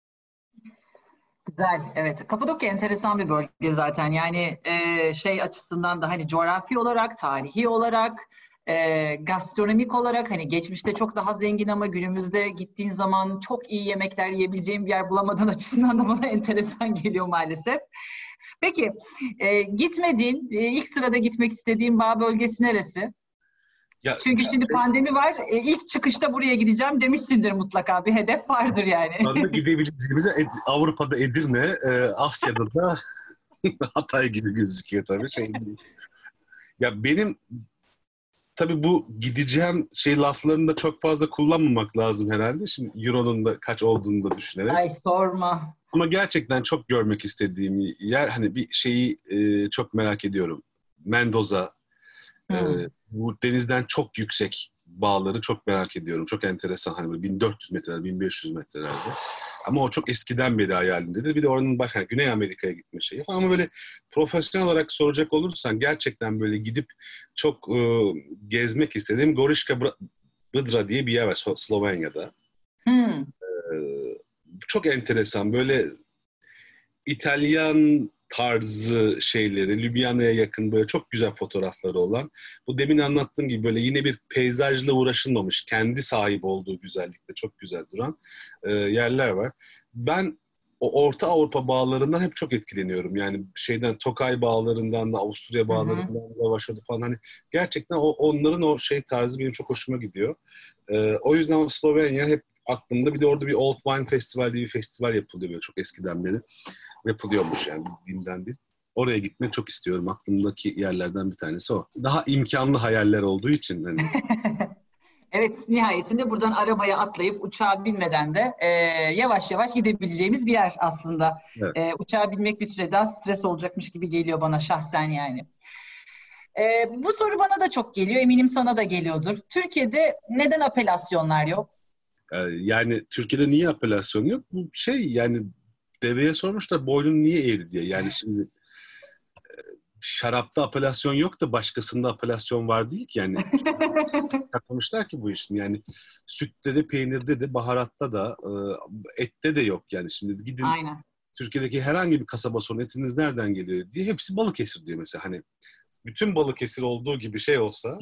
Güzel, evet. Kapadokya enteresan bir bölge zaten. Yani e, şey açısından da hani coğrafi olarak, tarihi olarak, e, gastronomik olarak hani geçmişte çok daha zengin ama günümüzde gittiğin zaman çok iyi yemekler yiyebileceğin bir yer bulamadığın açısından da bana enteresan geliyor maalesef. Peki, e, gitmediğin, e, ilk sırada gitmek istediğin bağ bölgesi neresi? Ya Çünkü şimdi pandemi var. E, ilk çıkışta buraya gideceğim demişsindir mutlaka. Bir hedef vardır yani. şu anda gidebileceğimiz Ed- Avrupa'da Edirne, e, Asya'da da Hatay gibi gözüküyor tabii. Şey değil. Ya benim tabii bu gideceğim şey laflarını da çok fazla kullanmamak lazım herhalde. Şimdi Euro'nun da kaç olduğunu da düşünerek. Ay sorma. Ama gerçekten çok görmek istediğim yer, hani bir şeyi e, çok merak ediyorum. Mendoza, e, Hmm. bu denizden çok yüksek bağları çok merak ediyorum. Çok enteresan, hani böyle bin dört yüz metreler, bin beş yüz metrelerde. Ama o çok eskiden beri hayalimdedir. Bir de oranın başka Güney Amerika'ya gitme şeyi falan. Ama böyle profesyonel olarak soracak olursan gerçekten böyle gidip çok e, gezmek istediğim Goriška Br- Brdra diye bir yer var Slo- Slovenya'da. Hmm. E, çok enteresan, böyle İtalyan tarzı şeyleri, Ljubljana'ya yakın böyle çok güzel fotoğrafları olan, bu demin anlattığım gibi böyle yine bir peyzajla uğraşılmamış, kendi sahip olduğu güzellikte çok güzel duran e, yerler var. Ben o Orta Avrupa bağlarından hep çok etkileniyorum. Yani şeyden Tokay bağlarından da, Avusturya Hı hı. bağlarından da, Vaşo'da falan, hani gerçekten o, onların o şey tarzı benim çok hoşuma gidiyor. E, o yüzden Slovenya hep aklımda. Bir de orada bir Old Wine Festival diye bir festival yapılıyor böyle çok eskiden beri. Yapılıyormuş yani, bildiğimden değil. Oraya gitmek çok istiyorum. Aklımdaki yerlerden bir tanesi o. Daha imkanlı hayaller olduğu için hani. Evet, nihayetinde buradan arabaya atlayıp uçağa binmeden de e, yavaş yavaş gidebileceğimiz bir yer aslında. Evet. E, uçağa binmek bir süre daha stres olacakmış gibi geliyor bana şahsen yani. E, bu soru bana da çok geliyor, eminim sana da geliyordur. Türkiye'de neden apelasyonlar yok? Ee, yani Türkiye'de niye apelasyon yok? Bu şey yani, deveye sormuşlar boynun niye eğri diye. Yani şimdi şarapta apelasyon yok da başkasında apelasyon var değil ki. Yani katlamışlar ki bu işin. Yani sütte de, peynirde de, baharatta da, e, ette de yok. Yani şimdi gidin Aynen. Türkiye'deki herhangi bir kasaba sorun, etiniz nereden geliyor diye, hepsi Balıkesir diyor mesela. Hani bütün Balıkesir olduğu gibi şey olsa,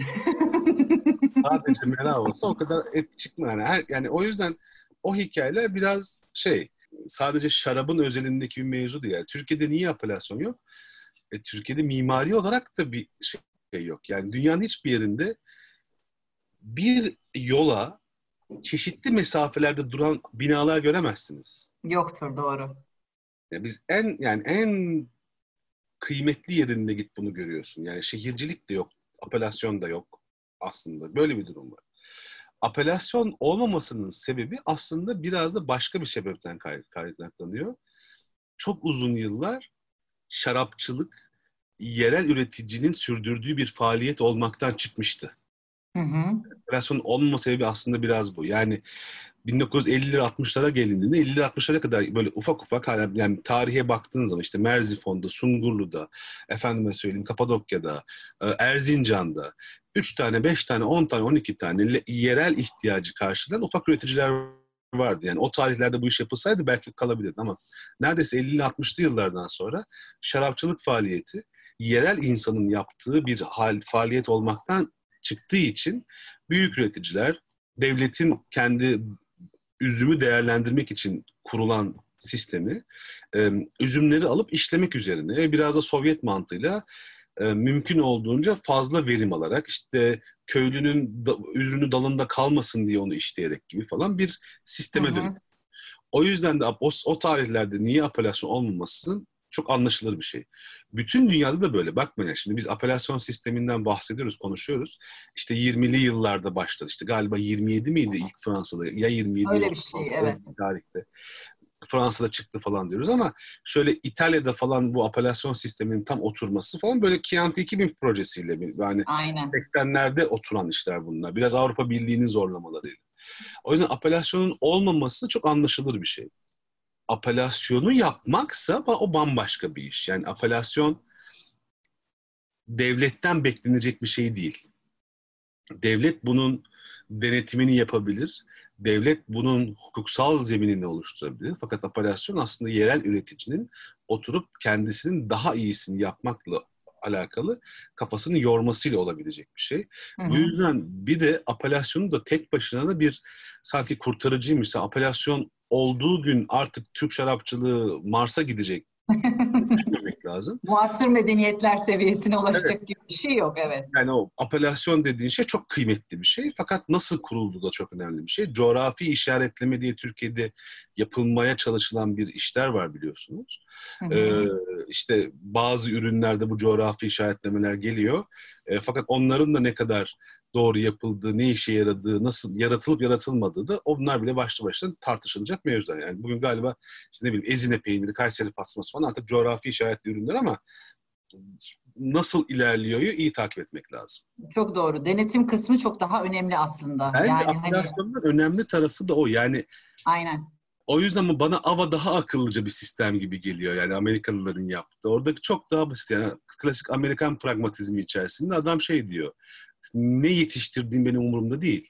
sadece mera olsa o kadar et çıkmıyor. Yani, her, yani o yüzden o hikayeler biraz şey, sadece şarabın özelindeki bir mevzu değil. Yani Türkiye'de niye apelasyon yok? E, Türkiye'de mimari olarak da bir şey yok. Yani dünyanın hiçbir yerinde bir yola çeşitli mesafelerde duran binalar göremezsiniz. Yoktur, doğru. Yani biz en yani en kıymetli yerinde git bunu görüyorsun. Yani şehircilik de yok, apelasyon da yok aslında. Böyle bir durum var. Apelasyon olmamasının sebebi aslında biraz da başka bir sebepten kaynaklanıyor. Çok uzun yıllar şarapçılık yerel üreticinin sürdürdüğü bir faaliyet olmaktan çıkmıştı. Hı hı. Apelasyonun olmama sebebi aslında biraz bu. Yani bin dokuz yüz elliler altmışlara gelindiğinde elliler altmışlara kadar böyle ufak ufak hala yani tarihe baktığın zaman işte Merzifon'da, Sungurlu'da, efendime söyleyeyim Kapadokya'da, e, Erzincan'da üç tane, beş tane, on tane, on iki tane le- yerel ihtiyacı karşılayan ufak üreticiler vardı. Yani o tarihlerde bu iş yapılsaydı belki kalabilirdi ama neredeyse ellili altmışlı yıllardan sonra şarapçılık faaliyeti yerel insanın yaptığı bir hal, faaliyet olmaktan çıktığı için büyük üreticiler, devletin kendi üzümü değerlendirmek için kurulan sistemi e, üzümleri alıp işlemek üzerine ve biraz da Sovyet mantığıyla e, mümkün olduğunca fazla verim alarak işte köylünün da, üzümü dalında kalmasın diye onu işleyerek gibi falan bir Hı sisteme dönüyor. hı. O yüzden de o, o tarihlerde niye apelasyon olmamasının çok anlaşılır bir şey. Bütün dünyada da böyle. Bakmayın şimdi biz apelasyon sisteminden bahsediyoruz, konuşuyoruz. İşte yirmili yıllarda başladı. İşte galiba yirmi yedi miydi ilk Fransa'da? Ya yirmi yedi ya Öyle bir otuz şey, altı evet. tarihte. Fransa'da çıktı falan diyoruz ama şöyle İtalya'da falan bu apelasyon sisteminin tam oturması falan böyle Chianti iki bin projesiyle yani Aynen. seksenlerde oturan işler bunlar. Biraz Avrupa Birliği'nin zorlamalarıyla. O yüzden apelasyonun olmaması çok anlaşılır bir şey. Apelasyonu yapmaksa o bambaşka bir iş. Yani apelasyon devletten beklenecek bir şey değil. Devlet bunun denetimini yapabilir. Devlet bunun hukuksal zeminini oluşturabilir. Fakat apelasyon aslında yerel üreticinin oturup kendisinin daha iyisini yapmakla alakalı kafasını yormasıyla olabilecek bir şey. Hı Bu hı. yüzden bir de apelasyonu da tek başına da bir sanki kurtarıcıymış. Apelasyon olduğu gün artık Türk şarapçılığı Mars'a gidecek düşünmemek lazım. Muasır medeniyetler seviyesine Evet. ulaşacak gibi bir şey yok, evet. Yani o apelasyon dediğin şey çok kıymetli bir şey. Fakat nasıl kurulduğu da çok önemli bir şey. Coğrafi işaretleme diye Türkiye'de yapılmaya çalışılan bir işler var biliyorsunuz. Hı hı. Ee, işte bazı ürünlerde bu coğrafi işaretlemeler geliyor. Ee, fakat onların da ne kadar doğru yapıldığı, ne işe yaradığı, nasıl yaratılıp yaratılmadığı da onlar bile başlı başına tartışılacak mevzular. Yani bugün galiba işte ne bileyim Ezine peyniri, Kayseri pastırması falan artık coğrafi işaretli ürünler ama nasıl ilerliyor iyi takip etmek lazım. Çok doğru. Denetim kısmı çok daha önemli aslında. Bence Yani hani apelasyonun önemli tarafı da o. Yani aynen. o yüzden mi bana A V A daha akıllıca bir sistem gibi geliyor. Yani Amerikalıların yaptığı. Oradaki çok daha basit. Yani klasik Amerikan pragmatizmi içerisinde adam şey diyor. Ne yetiştirdiğin benim umurumda değil.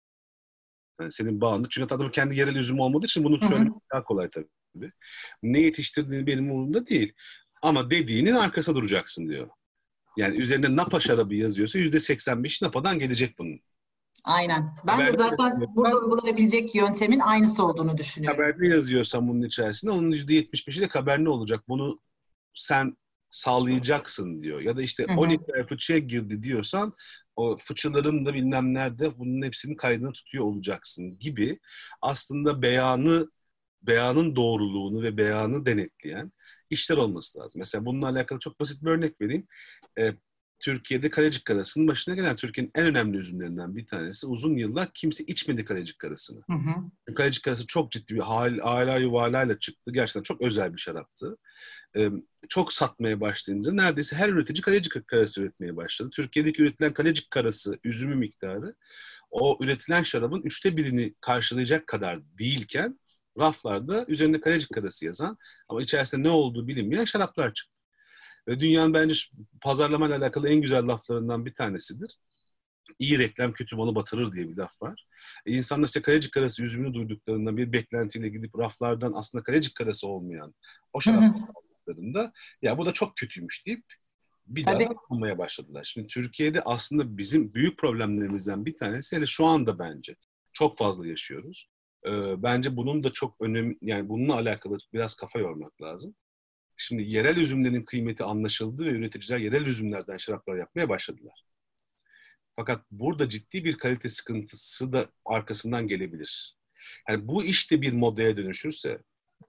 Yani senin bağında. Çünkü adamın kendi yerel üzümü olmadığı için bunu Hı hı. söylemek daha kolay tabii. Ne yetiştirdiğin benim umurumda değil. Ama dediğinin arkasında duracaksın diyor. Yani üzerinde Napa şarabı yazıyorsa yüzde seksen beş Napa'dan gelecek bunun. Aynen. Ben de Haberde zaten burada yazıyorsan, uygulanabilecek yöntemin aynısı olduğunu düşünüyorum. haberde yazıyorsan bunun içerisinde onun yüzde yetmiş beşi de Cabernet olacak. Bunu sen sağlayacaksın diyor. Ya da işte Hı on hı. iki ay fıçıya girdi diyorsan o fıçıların da bilmem nerede bunun hepsinin kaydını tutuyor olacaksın gibi aslında beyanı beyanın doğruluğunu ve beyanı denetleyen işler olması lazım. Mesela bununla alakalı çok basit bir örnek vereyim. Ee, Türkiye'de Kalecik Karası'nın başına gelen Türkiye'nin en önemli üzümlerinden bir tanesi. Uzun yıllar kimse içmedi Kalecik Karası'nı. Hı hı. Kalecik Karası çok ciddi bir hal, hala yuvarlayla çıktı. Gerçekten çok özel bir şaraptı. Ee, çok satmaya başlayınca neredeyse her üretici Kalecik Karası üretmeye başladı. Türkiye'deki üretilen Kalecik Karası üzümü miktarı o üretilen şarabın üçte birini karşılayacak kadar değilken raflarda üzerinde Kalecik Karası yazan ama içerisinde ne olduğu bilinmeyen şaraplar çıktı. Ve dünyanın bence pazarlamayla alakalı en güzel laflarından bir tanesidir. İyi reklam kötü malı batırır diye bir laf var. E insanlar işte Kalecik Karası üzümünü duyduklarında bir beklentiyle gidip raflardan aslında Kalecik Karası olmayan o Hı hı. şarapları aldıklarında ya bu da çok kötüymüş deyip bir daha Tabii. da almaya başladılar. Şimdi Türkiye'de aslında bizim büyük problemlerimizden bir tanesi hele şu anda bence çok fazla yaşıyoruz. Ee, bence bunun da çok önemli yani bununla alakalı biraz kafa yormak lazım. Şimdi yerel üzümlerin kıymeti anlaşıldı ve üreticiler yerel üzümlerden şaraplar yapmaya başladılar. Fakat burada ciddi bir kalite sıkıntısı da arkasından gelebilir. Yani bu işte bir modaya dönüşürse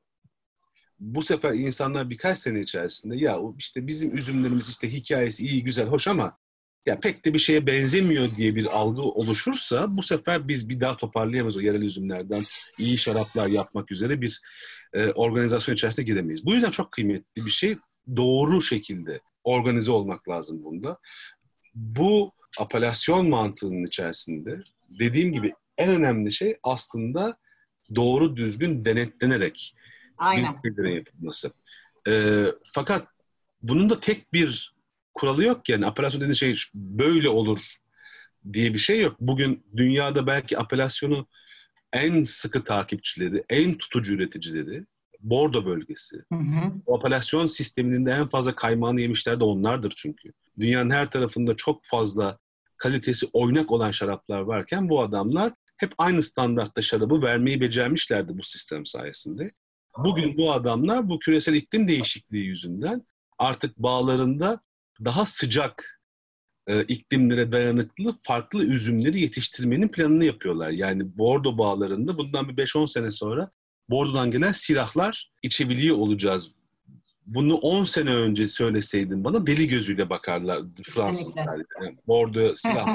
bu sefer insanlar birkaç sene içerisinde ya işte bizim üzümlerimiz işte hikayesi iyi güzel hoş ama ya pek de bir şeye benzemiyor diye bir algı oluşursa bu sefer biz bir daha toparlayamayız o yerel üzümlerden iyi şaraplar yapmak üzere bir e, organizasyon içerisine giremeyiz. Bu yüzden çok kıymetli bir şey doğru şekilde organize olmak lazım bunda. Bu apelasyon mantığının içerisinde dediğim gibi en önemli şey aslında doğru düzgün denetlenerek bir Aynen. şeylerin yapılması. Ee, fakat bunun da tek bir kuralı yok yani apelasyon dediğin şey böyle olur diye bir şey yok. Bugün dünyada belki apelasyonu en sıkı takipçileri, en tutucu üreticileri Bordo bölgesi. Hı hı. O apelasyon sisteminin de en fazla kaymağını yemişler de onlardır çünkü. Dünyanın her tarafında çok fazla kalitesi oynak olan şaraplar varken bu adamlar hep aynı standartta şarabı vermeyi becermişlerdi bu sistem sayesinde. Bugün bu adamlar bu küresel iklim değişikliği yüzünden artık bağlarında daha sıcak e, iklimlere dayanıklı farklı üzümleri yetiştirmenin planını yapıyorlar. Yani Bordo bağlarında bundan bir beş on sene sonra Bordo'dan gelen silahlar içebiliyor olacağız. Bunu on sene önce söyleseydin bana deli gözüyle bakarlar Fransızlar. Yani Bordo silah.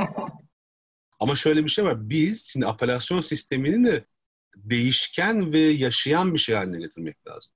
Ama şöyle bir şey var. Biz şimdi apelasyon sistemini de değişken ve yaşayan bir şey haline getirmek lazım.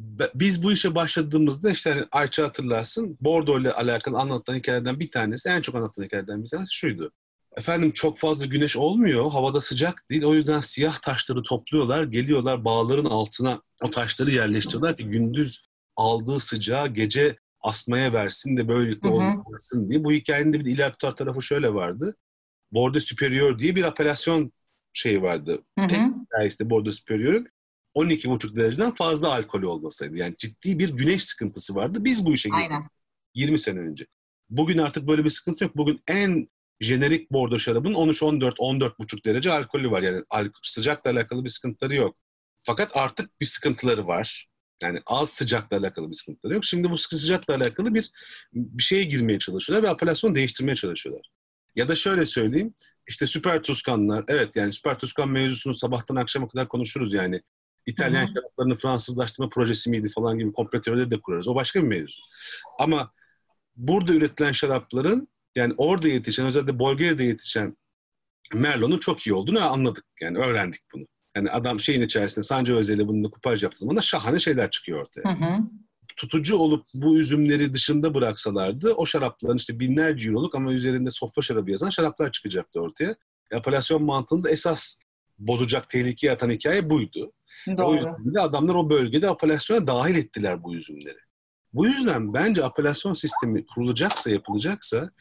Biz bu işe başladığımızda işte hani Ayça hatırlarsın Bordo ile alakalı anlatılan hikayelerden bir tanesi, en çok anlatılan hikayelerden bir tanesi şuydu. Efendim çok fazla güneş olmuyor, havada sıcak değil. O yüzden siyah taşları topluyorlar, geliyorlar bağların altına o taşları yerleştiriyorlar ki gündüz aldığı sıcağı gece asmaya versin de böylelikle olmasın diye. Bu hikayenin de bir ilaktüel tarafı şöyle vardı. Bordo Superior diye bir apelasyon şeyi vardı. Hı hı. Tek hikayesi de Bordo Superior'un on iki buçuk dereceden fazla alkolü olmasaydı. Yani ciddi bir güneş sıkıntısı vardı. Biz bu işe girdik. yirmi sene önce. Bugün artık böyle bir sıkıntı yok. Bugün en jenerik Bordo şarabın on üç on dört on dört buçuk derece alkolü var. Yani sıcakla alakalı bir sıkıntıları yok. Fakat artık bir sıkıntıları var. Yani az sıcakla alakalı bir sıkıntıları yok. Şimdi bu sıcakla alakalı bir bir şeye girmeye çalışıyorlar ve apelasyonu değiştirmeye çalışıyorlar. Ya da şöyle söyleyeyim, işte süper tuskanlar, evet yani süper tuskan mevzusunu sabahtan akşama kadar konuşuruz yani. İtalyan Hı hı. şaraplarını Fransızlaştırma projesi miydi falan gibi komplo teorileri de kurarız. O başka bir mevzu. Ama burada üretilen şarapların, yani orada yetişen, özellikle Bulgaria'da yetişen Merlot'un çok iyi olduğunu anladık. Yani öğrendik bunu. Yani adam şeyin içerisinde Sangiovese ile bununla kupaj yaptığı zaman da şahane şeyler çıkıyor ortaya. Hı hı. Tutucu olup bu üzümleri dışında bıraksalardı o şarapların işte binlerce euroluk ama üzerinde sofra şarabı yazan şaraplar çıkacaktı ortaya. Apelasyon mantığını da esas bozacak, tehlikeye atan hikaye buydu. Ve o yüzden de adamlar o bölgede apelasyona dahil ettiler bu üzümleri. Bu yüzden bence apelasyon sistemi kurulacaksa, yapılacaksa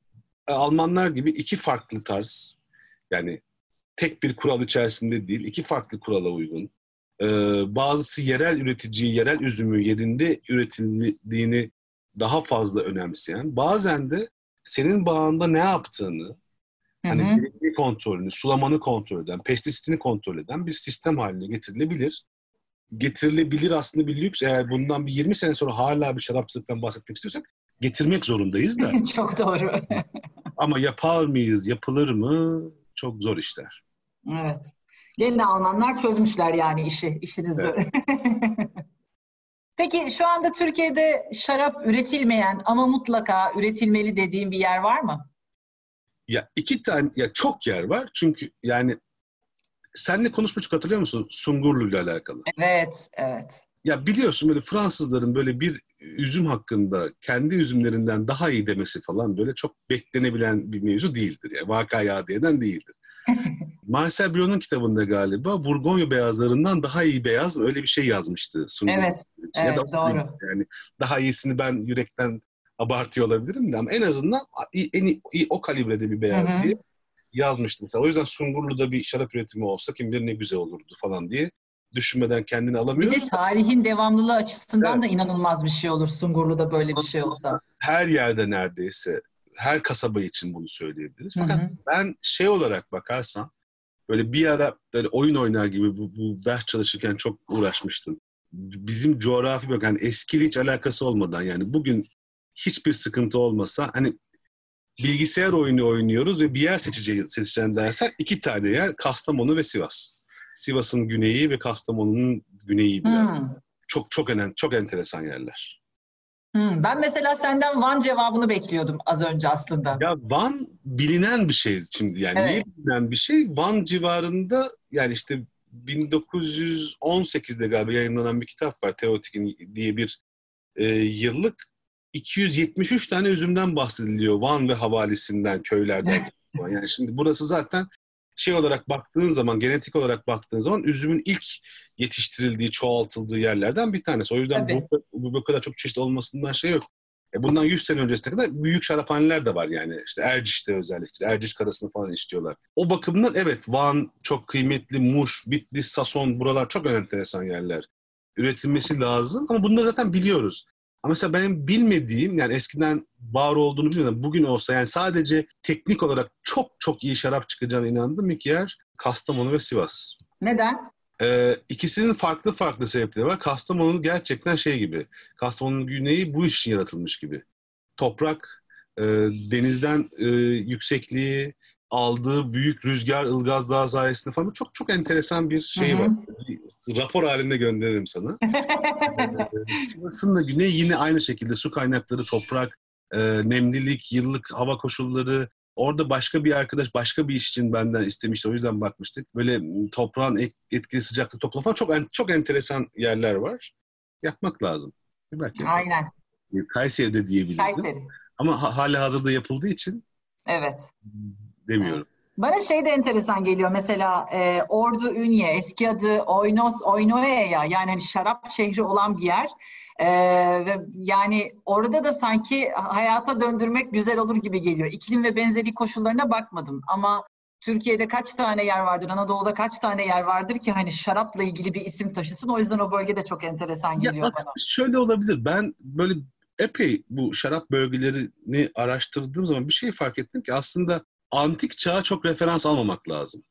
Almanlar gibi iki farklı tarz, yani tek bir kural içerisinde değil, iki farklı kurala uygun. Ee, bazısı yerel üreticiyi, yerel üzümü yerinde üretildiğini daha fazla önemseyen, bazen de senin bağında ne yaptığını, hı hı. hani verimlilik kontrolünü, sulamanı kontrol eden, pestisitini kontrol eden bir sistem haline getirilebilir. Getirilebilir aslında bir lüks. Eğer bundan bir yirmi sene sonra hala bir şarapçılıktan bahsetmek istiyorsak getirmek zorundayız da. Çok doğru. Ama yapar mıyız, yapılır mı? Çok zor işler. Evet. Gene Almanlar çözmüşler yani işi, işinizi. Evet. Peki şu anda Türkiye'de şarap üretilmeyen ama mutlaka üretilmeli dediğin bir yer var mı? Ya iki tane, ya çok yer var. Çünkü yani seninle konuşmuştuk, hatırlıyor musun? Sungurlu ile alakalı. Evet, evet. Ya biliyorsun böyle Fransızların böyle bir üzüm hakkında kendi üzümlerinden daha iyi demesi falan böyle çok beklenebilen bir mevzu değildir. Yani vakaya diyeden değildir. Marcel Brun'un kitabında galiba Burgonya beyazlarından daha iyi beyaz öyle bir şey yazmıştı. Sungurlu. Evet, ya evet da doğru. Yani daha iyisini ben yürekten abartıyor olabilirim de ama en azından en iyi, iyi o kalibrede bir beyaz, hı hı. diye yazmıştım. Mesela o yüzden Sungurlu'da bir şarap üretimi olsa kim bilir ne güzel olurdu falan diye düşünmeden kendini alamıyoruz. Bir de tarihin devamlılığı açısından evet. da inanılmaz bir şey olur Sungurlu'da böyle bir şey olsa. Her yerde neredeyse, her kasaba için bunu söyleyebiliriz. Fakat hı hı. ben şey olarak bakarsam, böyle bir ara böyle oyun oynar gibi bu, bu ders çalışırken çok uğraşmıştım. Bizim coğrafi bak yani eskiyle hiç alakası olmadan, yani bugün hiçbir sıkıntı olmasa hani bilgisayar oyunu oynuyoruz ve bir yer seçeceğiz, seçeceğim dersen iki tane yer, Kastamonu ve Sivas. Sivas'ın güneyi ve Kastamonu'nun güneyi biraz. Hmm. Çok çok önemli, çok enteresan yerler. Hmm. Ben mesela senden Van cevabını bekliyordum az önce aslında. Ya Van bilinen bir şey şimdi yani. Evet. Niye bilinen bir şey? Van civarında yani işte bin dokuz yüz on sekizde galiba yayınlanan bir kitap var. Teotik'in diye bir e, yıllık iki yüz yetmiş üç tane üzümden bahsediliyor Van ve havalisinden, köylerden. Yani şimdi burası zaten şey olarak baktığın zaman, genetik olarak baktığın zaman üzümün ilk yetiştirildiği, çoğaltıldığı yerlerden bir tanesi. O yüzden bu, Tabii. bu, bu kadar çok çeşit olmasından şey yok. E bundan yüz sene öncesine kadar büyük şaraphaneler de var yani. İşte Erciş'te özellikle. Erciş karasını falan içiyorlar. O bakımdan evet, Van çok kıymetli, Muş, Bitlis, Sason, buralar çok enteresan yerler. Üretilmesi lazım ama bunları zaten biliyoruz. Ama mesela benim bilmediğim, yani eskiden var olduğunu bilmiyordum. Bugün olsa yani sadece teknik olarak çok çok iyi şarap çıkacağına inandım. İki yer Kastamonu ve Sivas. Neden? Ee, ikisinin farklı farklı sebepleri var. Kastamonu'nun gerçekten şey gibi. Kastamonu'nun güneyi bu iş için yaratılmış gibi. Toprak, e, denizden e, yüksekliği, aldığı büyük rüzgar, Ilgaz Dağı sayesinde falan çok çok enteresan bir Hı şey var. hı. Bir rapor halinde gönderirim sana. Ee, Sivas'ın da güneyi yine aynı şekilde su kaynakları, toprak, e, nemlilik, yıllık hava koşulları. Orada başka bir arkadaş başka bir iş için benden istemişti. O yüzden bakmıştık. Böyle m, toprağın et- etkili sıcaklık toplama falan çok en- çok enteresan yerler var. Yapmak lazım. Bir belki yaparım. Aynen. Kayseri'de diyebilirdim. Kayseri. Ama ha- hala hazırda yapıldığı için Evet. Evet. demiyorum. Bana şey de enteresan geliyor. Mesela e, Ordu Ünye, eski adı Oynos, Oynoeya, yani hani şarap şehri olan bir yer. E, ve yani orada da sanki hayata döndürmek güzel olur gibi geliyor. İklim ve benzeri koşullarına bakmadım ama Türkiye'de kaç tane yer vardır, Anadolu'da kaç tane yer vardır ki hani şarapla ilgili bir isim taşısın. O yüzden o bölge de çok enteresan Ya geliyor aslında bana. şöyle olabilir. Ben böyle epey bu şarap bölgelerini araştırdığım zaman bir şey fark ettim ki aslında antik çağa çok referans almamak lazım.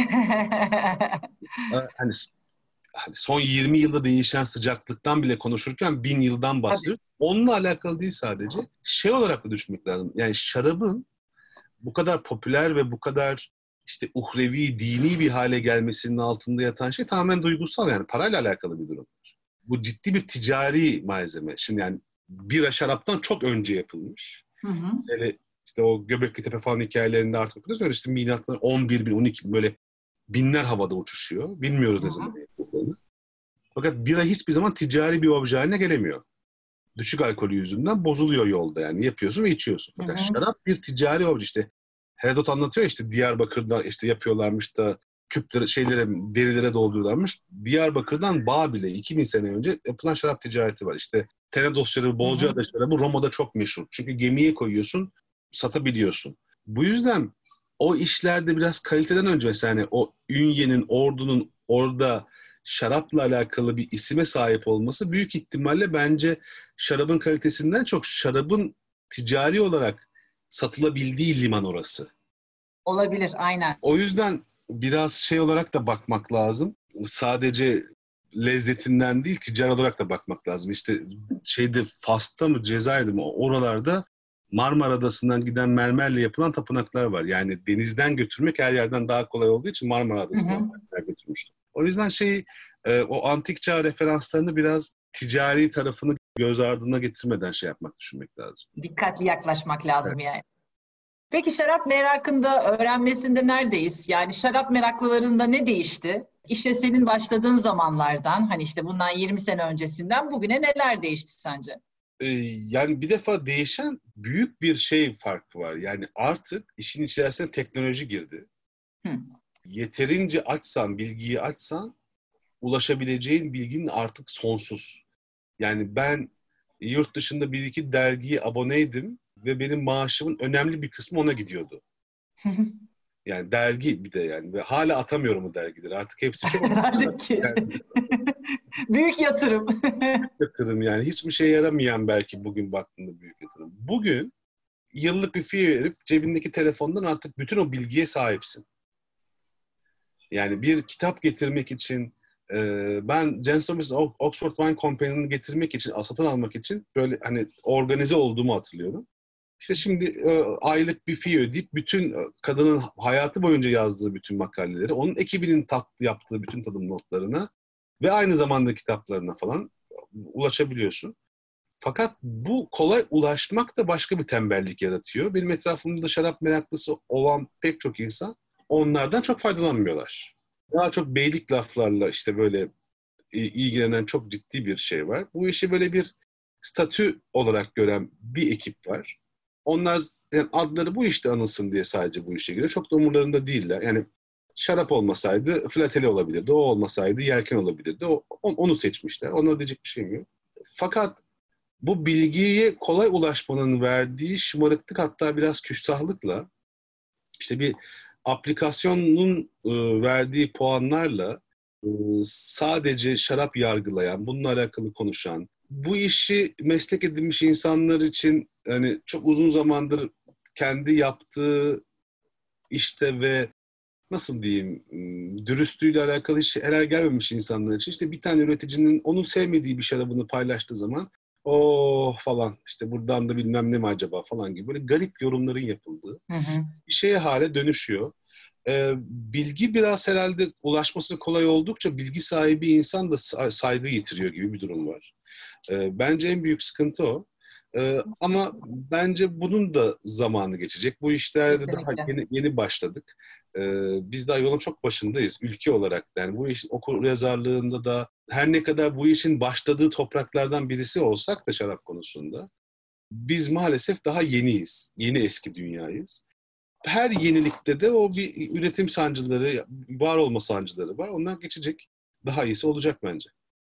Ee, Hani, hani son yirmi yılda değişen sıcaklıktan bile konuşurken bin yıldan Tabii. bahsediyoruz. Onunla alakalı değil sadece. Şey olarak da düşünmek lazım. Yani şarabın bu kadar popüler ve bu kadar işte uhrevi, dini bir hale gelmesinin altında yatan şey tamamen duygusal, yani parayla alakalı bir durum. Bu ciddi bir ticari malzeme. Şimdi yani bira şaraptan çok önce yapılmış. Hı hı. Hele işte o Göbekli Tepe falan hikayelerinde artık okuyoruz. Öyle işte milattan on bir bin, on iki bin, böyle binler havada uçuşuyor. Bilmiyoruz Hı ne zaman hı. yapıldığını. Fakat bira hiçbir zaman ticari bir obje haline gelemiyor. Düşük alkolü yüzünden bozuluyor yolda, yani yapıyorsun ve içiyorsun. Hı Fakat hı. şarap bir ticari obje. İşte Herodot anlatıyor, işte Diyarbakır'da işte yapıyorlarmış da küplere, şeylere, derilere dolduruyorlarmış. Diyarbakır'dan Babil'e iki bin sene önce yapılan şarap ticareti var. İşte Tenedos şarabı, Hı hı. Bozcaada şarabı Roma'da çok meşhur. Çünkü gemiye koyuyorsun, satabiliyorsun. Bu yüzden o işlerde biraz kaliteden önce mesela hani o Ünye'nin, Ordu'nun orada şarapla alakalı bir isime sahip olması büyük ihtimalle bence şarabın kalitesinden çok şarabın ticari olarak satılabildiği liman orası. Olabilir, aynen. O yüzden biraz şey olarak da bakmak lazım. Sadece lezzetinden değil, ticari olarak da bakmak lazım. İşte şeyde Fas'ta mı, Cezayir'de mi, oralarda Marmara Adası'ndan giden mermerle yapılan tapınaklar var. Yani denizden götürmek her yerden daha kolay olduğu için Marmara Hı hı. Adası'ndan mermer götürmüşler. O yüzden şey, e, o antik çağ referanslarını biraz ticari tarafını göz ardına getirmeden şey yapmak, düşünmek lazım. Dikkatli yaklaşmak Evet. lazım yani. Peki şarap merakında, öğrenmesinde neredeyiz? Yani şarap meraklılarında ne değişti? İşte senin başladığın zamanlardan, hani işte bundan yirmi sene öncesinden bugüne neler değişti sence? Ee, yani bir defa değişen büyük bir şey farkı var. Yani artık işin içerisine teknoloji girdi. Hı. Yeterince açsan, bilgiyi açsan ulaşabileceğin bilginin artık sonsuz. Yani ben yurt dışında bir iki dergiye aboneydim ve benim maaşımın önemli bir kısmı ona gidiyordu. Yani dergi bir de yani. Ve hala atamıyorum o dergileri. Artık hepsi çok Herhalde ki. yani Büyük yatırım. yatırım yani. Hiçbir şeye yaramayan belki bugün baktığında büyük yatırım. Bugün yıllık bir fee verip cebindeki telefondan artık bütün o bilgiye sahipsin. Yani bir kitap getirmek için e, ben Jane Sommers Oxford Wine Company'ni getirmek için, satın almak için böyle hani organize olduğumu hatırlıyorum. İşte şimdi e, aylık bir fee ödeyip bütün e, kadının hayatı boyunca yazdığı bütün makaleleri, onun ekibinin tat, yaptığı bütün tadım notlarına ve aynı zamanda kitaplarına falan ulaşabiliyorsun. Fakat bu kolay ulaşmak da başka bir tembellik yaratıyor. Benim etrafımda şarap meraklısı olan pek çok insan onlardan çok faydalanmıyorlar. Daha çok beylik laflarla işte böyle ilgilenen çok ciddi bir şey var. Bu işi böyle bir statü olarak gören bir ekip var. Onlar yani adları bu işte anılsın diye sadece bu işe giriyor. Çok da umurlarında değiller. Yani şarap olmasaydı filateli olabilirdi. O olmasaydı yelken olabilirdi. O, onu seçmişler. Onlara diyecek bir şeyim yok. Fakat bu bilgiye kolay ulaşmanın verdiği şımarıklık, hatta biraz küstahlıkla, işte bir aplikasyonun e, verdiği puanlarla e, sadece şarap yargılayan, bununla alakalı konuşan, bu işi meslek edinmiş insanlar için hani çok uzun zamandır kendi yaptığı işte ve nasıl diyeyim, dürüstlüğüyle alakalı hiç helal gelmemiş insanlar için işte bir tane üreticinin onun sevmediği bir şarabını paylaştığı zaman oh falan işte buradan da bilmem ne mi acaba falan gibi böyle garip yorumların yapıldığı Hı hı. bir şeye hale dönüşüyor. Ee, bilgi biraz herhalde ulaşması kolay oldukça bilgi sahibi insan da saygı yitiriyor gibi bir durum var. Ee, bence en büyük sıkıntı o. Ee, ama bence bunun da zamanı geçecek. Bu işlerde daha Kesinlikle. yeni, yeni başladık. Ee, biz daha yolun çok başındayız ülke olarak. Yani bu işin okuryazarlığında da her ne kadar bu işin başladığı topraklardan birisi olsak da şarap konusunda biz maalesef daha yeniyiz. Yeni eski dünyayız. Her yenilikte de o bir üretim sancıları, var olma sancıları var. Onlar geçecek. Daha iyisi olacak bence.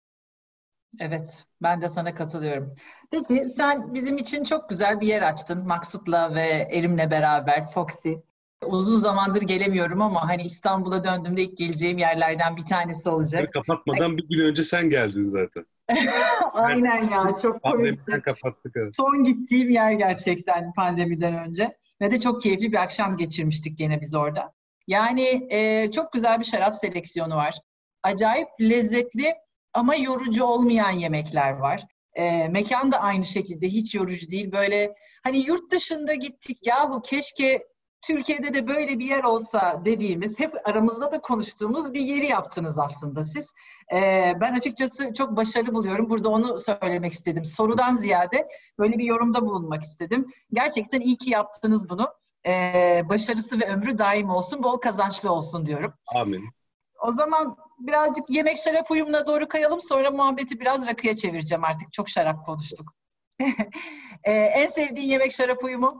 Evet, ben de sana katılıyorum. Peki sen bizim için çok güzel bir yer açtın. Maksut'la ve Erim'le beraber Foxy. Uzun zamandır gelemiyorum ama hani İstanbul'a döndüğümde ilk geleceğim yerlerden bir tanesi Yani olacak. kapatmadan bir gün önce sen geldin zaten. Evet. Aynen ya, çok Pandemiden komikti. kapattık. Evet. Son gittiğim yer gerçekten pandemiden önce. Ve de çok keyifli bir akşam geçirmiştik gene biz orada. Yani e, çok güzel bir şarap seleksiyonu var. Acayip lezzetli ama yorucu olmayan yemekler var. E, mekan da aynı şekilde hiç yorucu değil. Böyle hani yurt dışında gittik yahu keşke Türkiye'de de böyle bir yer olsa dediğimiz, hep aramızda da konuştuğumuz bir yeri yaptınız aslında siz. Ee, ben açıkçası çok başarılı buluyorum. Burada onu söylemek istedim. Sorudan ziyade böyle bir yorumda bulunmak istedim. Gerçekten iyi ki yaptınız bunu. Ee, başarısı ve ömrü daim olsun, bol kazançlı olsun diyorum. Amin. O zaman birazcık yemek şarap uyumuna doğru kayalım. Sonra muhabbeti biraz rakıya çevireceğim artık. Çok şarap konuştuk. ee, en sevdiğin yemek şarap uyumu?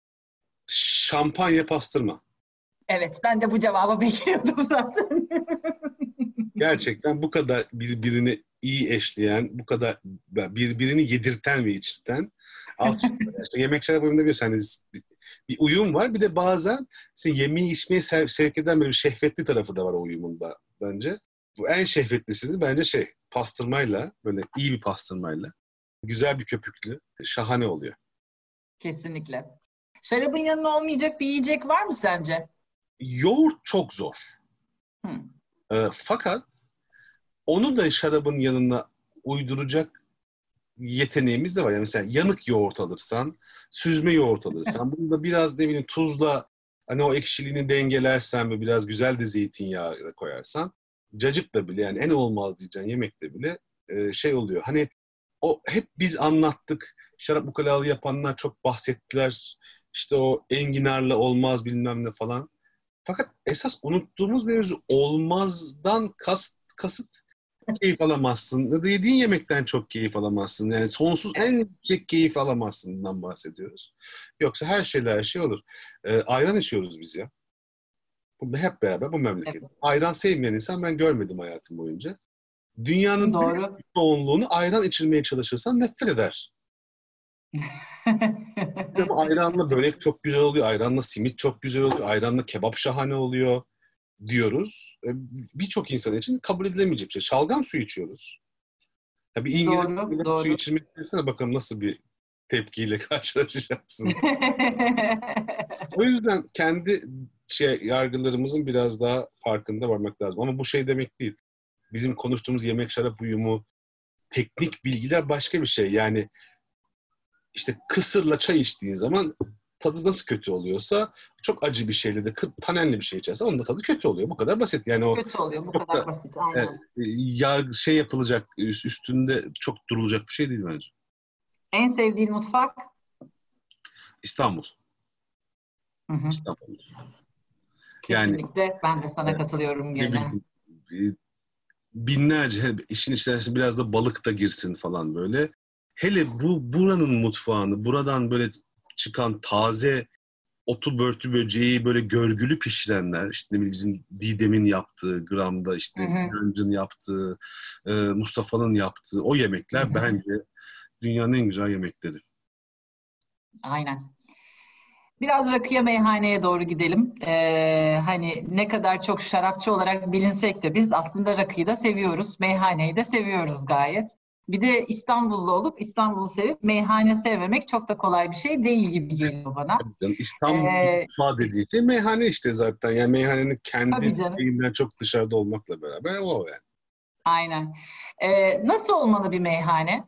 Şampanya pastırma. Evet, ben de bu cevabı bekliyordum zaten. Gerçekten bu kadar birbirini iyi eşleyen, bu kadar birbirini yedirten ve içirten. Alt, işte yemek şarap uyumunda biliyorsun hani bir, bir uyum var. Bir de bazen işte yemeği içmeye sev, sevk eden böyle bir şehvetli tarafı da var o uyumunda bence. Bu en şehvetlisi de bence şey pastırmayla, böyle iyi bir pastırmayla, güzel bir köpüklü, şahane oluyor. Kesinlikle. Şarabın yanına olmayacak bir yiyecek var mı sence? Yoğurt çok zor. Hmm. E, fakat onu da şarabın yanına uyduracak yeteneğimiz de var. Yani mesela yanık yoğurt alırsan, süzme yoğurt alırsan, bunu da biraz ne bileyim tuzla hani o ekşiliğini dengelersen ve biraz güzel de zeytinyağı da koyarsan, cacıkla bile yani en olmaz diyeceğin yemekle bile e, şey oluyor. Hani o hep biz anlattık. Şarap ukalalı yapanlar çok bahsettiler. İşte o enginarla olmaz bilmem ne falan. Fakat esas unuttuğumuz mevzu olmazdan kast, kasıt keyif alamazsın. Ya da yediğin yemekten çok keyif alamazsın. Yani sonsuz en yüksek keyif alamazsından bahsediyoruz. Yoksa her şeyle her şey olur. Ee, ayran içiyoruz biz ya. Bu, hep beraber bu memleket. Evet. Ayran sevmeyen insan ben görmedim hayatım boyunca. Dünyanın büyük Doğru. bir çoğunluğunu ayran içirmeye çalışırsan nefret eder. Ama ayranla börek çok güzel oluyor. Ayranla simit çok güzel oluyor. Ayranla kebap şahane oluyor diyoruz. E, Birçok insan için kabul edilemeyecek bir şey. Şalgam suyu içiyoruz. Tabii İngiliz Doğru, şalgam suyu doğru. içirmek desene bakalım nasıl bir tepkiyle karşılaşacaksın. O yüzden kendi şey, yargılarımızın biraz daha farkında varmak lazım. Ama bu şey demek değil. Bizim konuştuğumuz yemek şarap uyumu, teknik bilgiler başka bir şey. Yani işte kısırla çay içtiğin zaman tadı nasıl kötü oluyorsa çok acı bir şeyle de tanenli bir şey içersen onun da tadı kötü oluyor. Bu kadar basit. Yani o Kötü oluyor. Bu çok da kadar basit. evet, Aynen. yargı şey yapılacak, üstünde çok durulacak bir şey değil bence. En sevdiğin mutfak? İstanbul. Hı hı. İstanbul. Yani Kesinlikle. Ben de sana evet, katılıyorum ne gene. bileyim e, binlerce işin içerisine biraz da balık da girsin falan böyle. hele bu buranın mutfağını, buradan böyle çıkan taze otu börtü böceği böyle görgülü pişirenler, işte ne bileyim bizim Didem'in yaptığı, Gram'da Hı işte hı. Gürancı'nın yaptığı, e, Mustafa'nın yaptığı o Hı yemekler hı. bence dünyanın en güzel yemekleri. Aynen. Biraz rakıya meyhaneye doğru gidelim. Ee, hani ne kadar çok şarapçı olarak bilinsek de biz aslında rakıyı da seviyoruz. Meyhaneyi de seviyoruz gayet. Bir de İstanbullu olup İstanbul'u sevip meyhane sevmemek çok da kolay bir şey değil gibi geliyor bana. Tabii canım, İstanbul Ee, mutfağı dediği şey meyhane işte zaten. Yani meyhanenin kendi tabii canım. şeyinden çok dışarıda olmakla beraber o yani. Aynen. Ee, nasıl olmalı bir meyhane?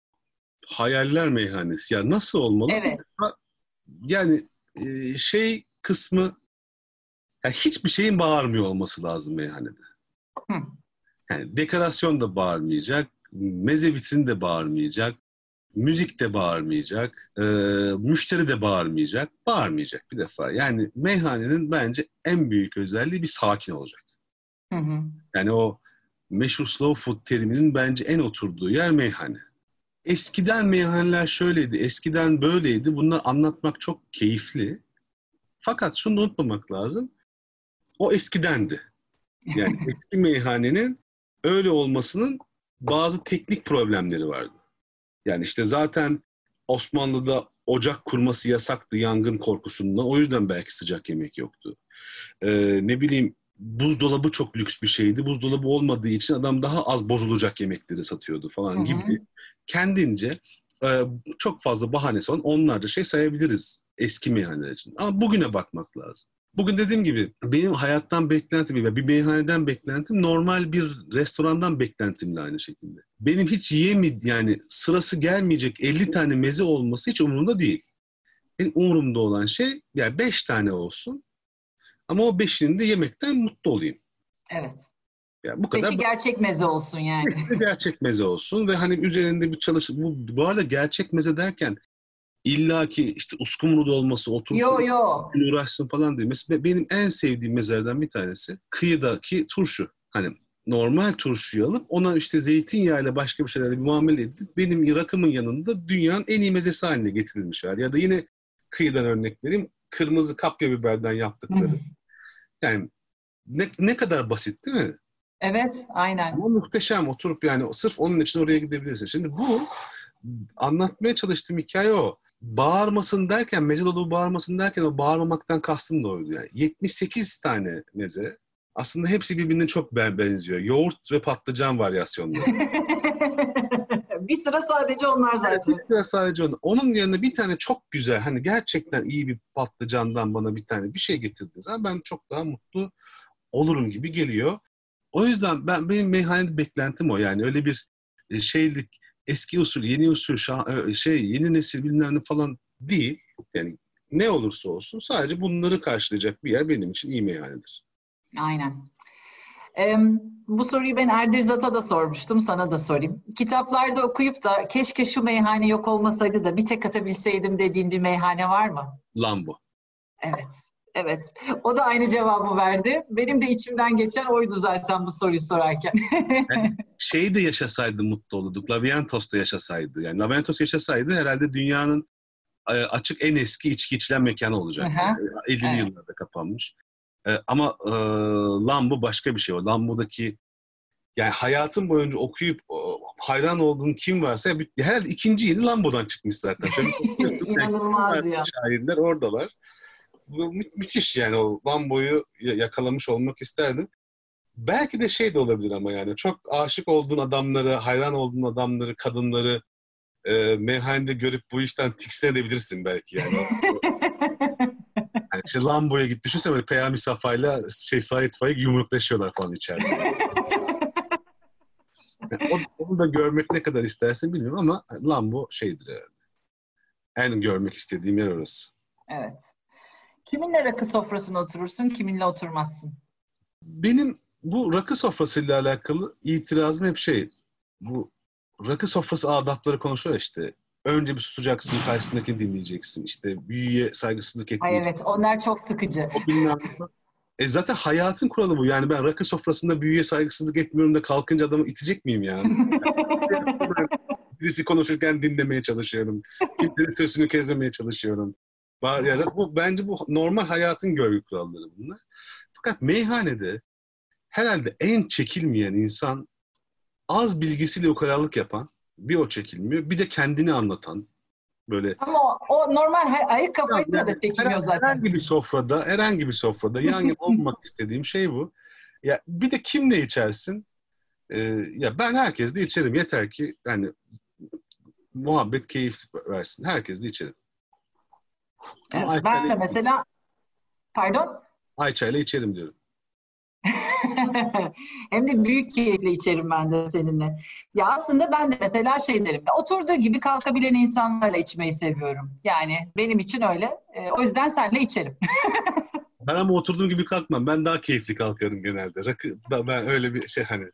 Hayaller meyhanesi. Ya nasıl olmalı? Bir Evet. defa yani e, şey kısmı, yani hiçbir şeyin bağırmıyor olması lazım meyhanede. Hı, Yani dekorasyon da bağırmayacak, meze vitrini de bağırmayacak, müzik de bağırmayacak, e, müşteri de bağırmayacak, bağırmayacak bir defa. Yani meyhanenin bence en büyük özelliği bir sakin olacak. hı, hı. Yani o meşhur slow food teriminin bence en oturduğu yer meyhane. Eskiden meyhaneler şöyleydi, eskiden böyleydi. Bunları anlatmak çok keyifli. Fakat şunu da unutmamak lazım. O eskidendi. Yani eski meyhanenin öyle olmasının bazı teknik problemleri vardı. Yani işte zaten Osmanlı'da ocak kurması yasaktı yangın korkusundan. O yüzden belki sıcak yemek yoktu. Ee, ne bileyim buzdolabı çok lüks bir şeydi. Buzdolabı olmadığı için adam daha az bozulacak yemekleri satıyordu Hı falan hı. gibi. Kendince e, çok fazla bahanesi olan onlarca şey sayabiliriz eski meyhaneler için. Ama bugüne bakmak lazım. Bugün dediğim gibi benim hayattan beklentim ve bir meyhaneden beklentim normal bir restorandan beklentimle aynı şekilde. Benim hiç yiyemedi yani sırası gelmeyecek elli tane meze olması hiç umurumda değil. Benim umurumda olan şey yani beş tane olsun ama o beşini de yemekten mutlu olayım. Evet. Yani bu kadar Beşi gerçek meze olsun yani. basit de gerçek meze olsun ve hani üzerinde bir çalış bu, bu arada gerçek meze derken illaki işte uskumruda olması Yo otursun yo. uğraşsın falan değil. Mesela benim en sevdiğim mezelerden bir tanesi kıyıdaki turşu. Hani normal turşuyu alıp ona işte zeytinyağıyla başka bir şeylerle bir muamele edip benim rakımın yanında dünyanın en iyi mezesi haline getirilmiş hali. Ya da yine kıyıdan örnek vereyim. Kırmızı kapya biberden Hı. yaptıkları. Yani ne, ne kadar basit değil mi? Evet, Ama aynen. muhteşem oturup yani sırf onun için oraya gidebilirsin. Şimdi bu anlatmaya çalıştığım hikaye o. Bağırmasın derken, meze dolu bağırmasın derken o bağırmamaktan kastım da oydu. Yani yetmiş sekiz tane meze. Aslında hepsi birbirine çok benziyor. Yoğurt ve patlıcan varyasyonları. Bir sıra sadece onlar Evet, bir zaten. sıra sadece onu. Onun yanına bir tane çok güzel, hani gerçekten iyi bir patlıcandan bana bir tane bir şey getirdiği zaman ben çok daha mutlu olurum gibi geliyor. O yüzden ben benim meyhanede beklentim o. Yani öyle bir e, şeylik eski usul, yeni usul, şah- e, şey yeni nesil bilmem ne falan değil. Yani ne olursa olsun sadece bunları karşılayacak bir yer benim için iyi meyhanedir. Aynen. Em, bu soruyu ben Erdirzat'a da sormuştum, sana da sorayım. Kitaplarda okuyup da keşke şu meyhane yok olmasaydı da bir tek atabilseydim dediğin bir meyhane var mı? Lambo. Evet, evet. O da aynı cevabı verdi. Benim de içimden geçen oydu zaten bu soruyu sorarken. Yani şey de yaşasaydı mutlu olurduk. Lavientos da yaşasaydı. Yani Lavientos yaşasaydı herhalde dünyanın e, açık en eski içki içilen mekanı olacaktı. Aha, Yani ellili evet. yıllarda kapanmış. E, ama e, Lambo başka bir şey o. Lambo'daki yani hayatın boyunca okuyup o, hayran olduğun kim varsa bir- herhalde ikinci yeni Lambo'dan çıkmış zaten. Şöyle bir bakıyorsun, yani kim İnanılmaz varsa ya. şairler oradalar. Bu mü- müthiş yani o Lambo'yu ya- yakalamış olmak isterdim. Belki de şey de olabilir ama yani çok aşık olduğun adamları, hayran olduğun adamları, kadınları e, meyhanede görüp bu işten tiksinebilirsin belki yani. O, o, yani işte Lambo'ya git düşünsene böyle Peyami Safa'yla şey Sait Faik yumruklaşıyorlar falan içeride. Yani o- onu da görmek ne kadar istersin bilmiyorum ama Lambo şeydir herhalde. En görmek istediğim yer orası. Evet. Kiminle rakı sofrasına oturursun, kiminle oturmazsın? Benim bu rakı sofrasıyla alakalı itirazım hep şey, bu rakı sofrası adapları konuşuyor işte. Önce bir susacaksın, karşısındakini dinleyeceksin. İşte büyüye saygısızlık Ay evet, etmeyeceksin. onlar çok sıkıcı. O bilmem ne. E zaten hayatın kuralı bu. Yani ben rakı sofrasında büyüye saygısızlık etmiyorum da kalkınca adamı itecek miyim yani? Ben Birisi konuşurken dinlemeye çalışıyorum. Kimsenin sözünü kesmemeye çalışıyorum. Var ya, bu bence bu normal hayatın görgü kuralları bunlar. Fakat meyhanede herhalde en çekilmeyen insan, az bilgisiyle ukalalık yapan, bir o çekilmiyor, bir de kendini anlatan, böyle Ama o, o normal her, ayık kafayla yani da çekiliyor herhangi, zaten. herhangi bir sofrada, herhangi bir sofrada yan yana olmak istediğim şey bu. Ya bir de kim ne içersin? Ee, ya ben herkes de içerim. Yeter ki yani muhabbet keyif versin. Herkes de içerim. Ama Evet, Ayça'yla ben de mesela, pardon, Ayça'yla içerim diyorum. hem de büyük keyifle içerim ben de seninle. Ya aslında ben de mesela şey derim, ya, oturduğu gibi kalkabilen insanlarla içmeyi seviyorum. Yani benim için öyle. E, o yüzden seninle içerim. Ben ama oturduğum gibi kalkmam. Ben daha keyifli kalkarım genelde. Rakı, da ben öyle bir şey hani.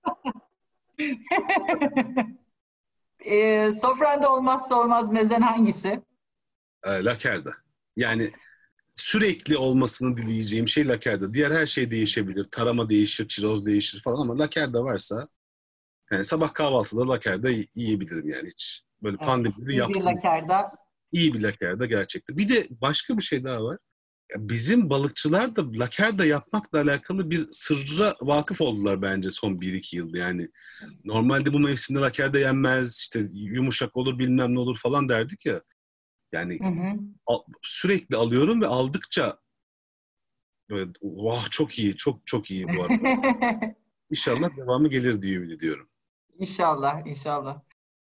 E, sofranda olmazsa olmaz mezen hangisi? E, Lakerda. Yani sürekli olmasını dileyeceğim şey lakerda. Diğer her şey değişebilir. Tarama değişir, çiroz değişir falan ama lakerda varsa yani sabah kahvaltıda lakerda y- yiyebilirim yani hiç. Böyle Evet, pandemide iyi bir yaptım. lakerda. İyi bir lakerda gerçekten. Bir de başka bir şey daha var. Ya bizim balıkçılar da lakerda yapmakla alakalı bir sırra vakıf oldular bence son bir iki yılda. Yani normalde bu mevsimde lakerda yenmez, işte yumuşak olur bilmem ne olur falan derdik ya. Yani Hı hı. al- sürekli alıyorum ve aldıkça böyle vah çok iyi, çok çok iyi bu arada. İnşallah devamı gelir diye ümit ediyorum. İnşallah, inşallah.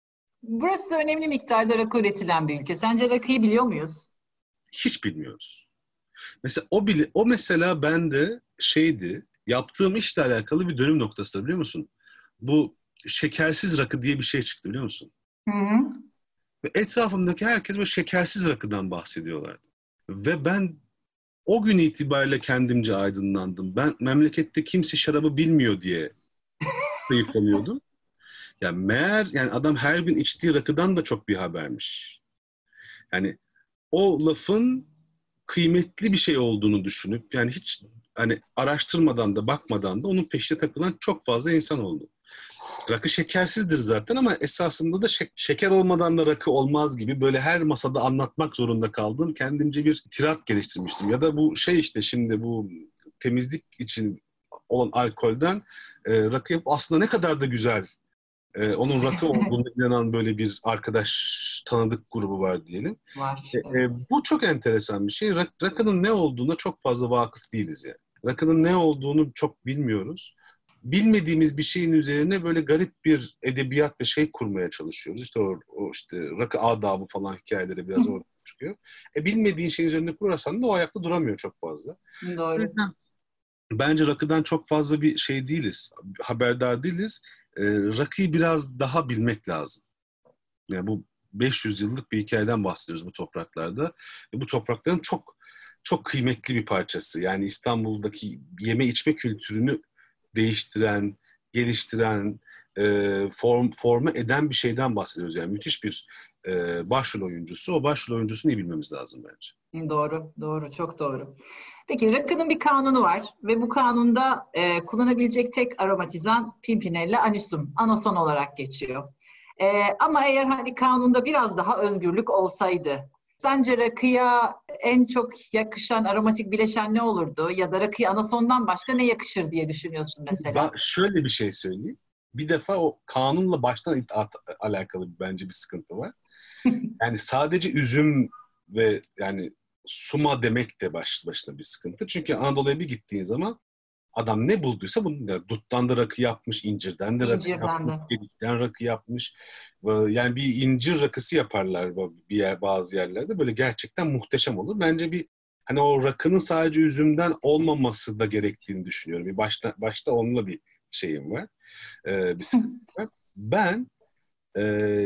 Burası önemli miktarda rakı üretilen bir ülke. Sence rakıyı biliyor muyuz? Hiç bilmiyoruz. Mesela o bile, o mesela bende şeydi, yaptığım işle alakalı bir dönüm noktası biliyor musun? Bu şekersiz rakı diye bir şey çıktı biliyor musun? Hı hı. Ve etrafımdaki herkes böyle şekersiz rakıdan bahsediyorlardı. Ve ben o gün itibariyle kendimce aydınlandım. Ben memlekette kimse şarabı bilmiyor diye sayıklanıyordum. Yani meğer yani adam her gün içtiği rakıdan da çok bir habermiş. Yani o lafın kıymetli bir şey olduğunu düşünüp yani hiç hani araştırmadan da bakmadan da onun peşine takılan çok fazla insan oldu. Rakı şekersizdir zaten ama esasında da şek- şeker olmadan da rakı olmaz gibi böyle her masada anlatmak zorunda kaldığım kendimce bir tirat geliştirmiştim. Ya da bu şey işte şimdi bu temizlik için olan alkolden e, rakı yapıp aslında ne kadar da güzel e, onun rakı olduğunu inanan böyle bir arkadaş tanıdık grubu var diyelim. Var, E, evet. e, bu çok enteresan bir şey. Rak- rakının ne olduğuna çok fazla vakıf değiliz yani. Rakının ne olduğunu çok bilmiyoruz. Bilmediğimiz bir şeyin üzerine böyle garip bir edebiyat ve şey kurmaya çalışıyoruz. İşte o, o işte rakı adabı falan hikayeleri biraz orada çıkıyor. E bilmediğin şeyin üzerine kurarsan da o ayakta duramıyor çok fazla. O Doğru. yüzden bence rakıdan çok fazla bir şey değiliz. Haberdar değiliz. E, rakıyı biraz daha bilmek lazım. Yani bu beş yüz yıllık bir hikayeden bahsediyoruz bu topraklarda. Ve bu toprakların çok çok kıymetli bir parçası. Yani İstanbul'daki yeme içme kültürünü değiştiren, geliştiren, e, form, forme eden bir şeyden bahsediyoruz. Yani müthiş bir e, başrol oyuncusu. O başrol oyuncusunu iyi bilmemiz lazım bence. Doğru, doğru, çok doğru. Peki rakının bir kanunu var ve bu kanunda e, kullanabilecek tek aromatizan Pimpinella annuum, anason olarak geçiyor. E, ama eğer hani kanunda biraz daha özgürlük olsaydı, sence rakıya en çok yakışan aromatik bileşen ne olurdu? Ya da rakıya anasondan başka ne yakışır diye düşünüyorsun mesela? Ben şöyle bir şey söyleyeyim. Bir defa o kanunla baştan itaat alakalı bence bir sıkıntı var. Yani sadece üzüm ve yani suma demek de baş, başına bir sıkıntı. Çünkü Anadolu'ya bir gittiğin zaman adam ne bulduysa bunu da duttan da rakı yapmış, incirden de rakı İncirden yapmış, de. kedikten rakı yapmış. Yani bir incir rakısı yaparlar bir yer, bazı yerlerde. Böyle gerçekten muhteşem olur. Bence bir hani o rakının sadece üzümden olmaması da gerektiğini düşünüyorum. Bir başta başta onunla bir şeyim var. Ee, bir sıkıntı var. Ben e,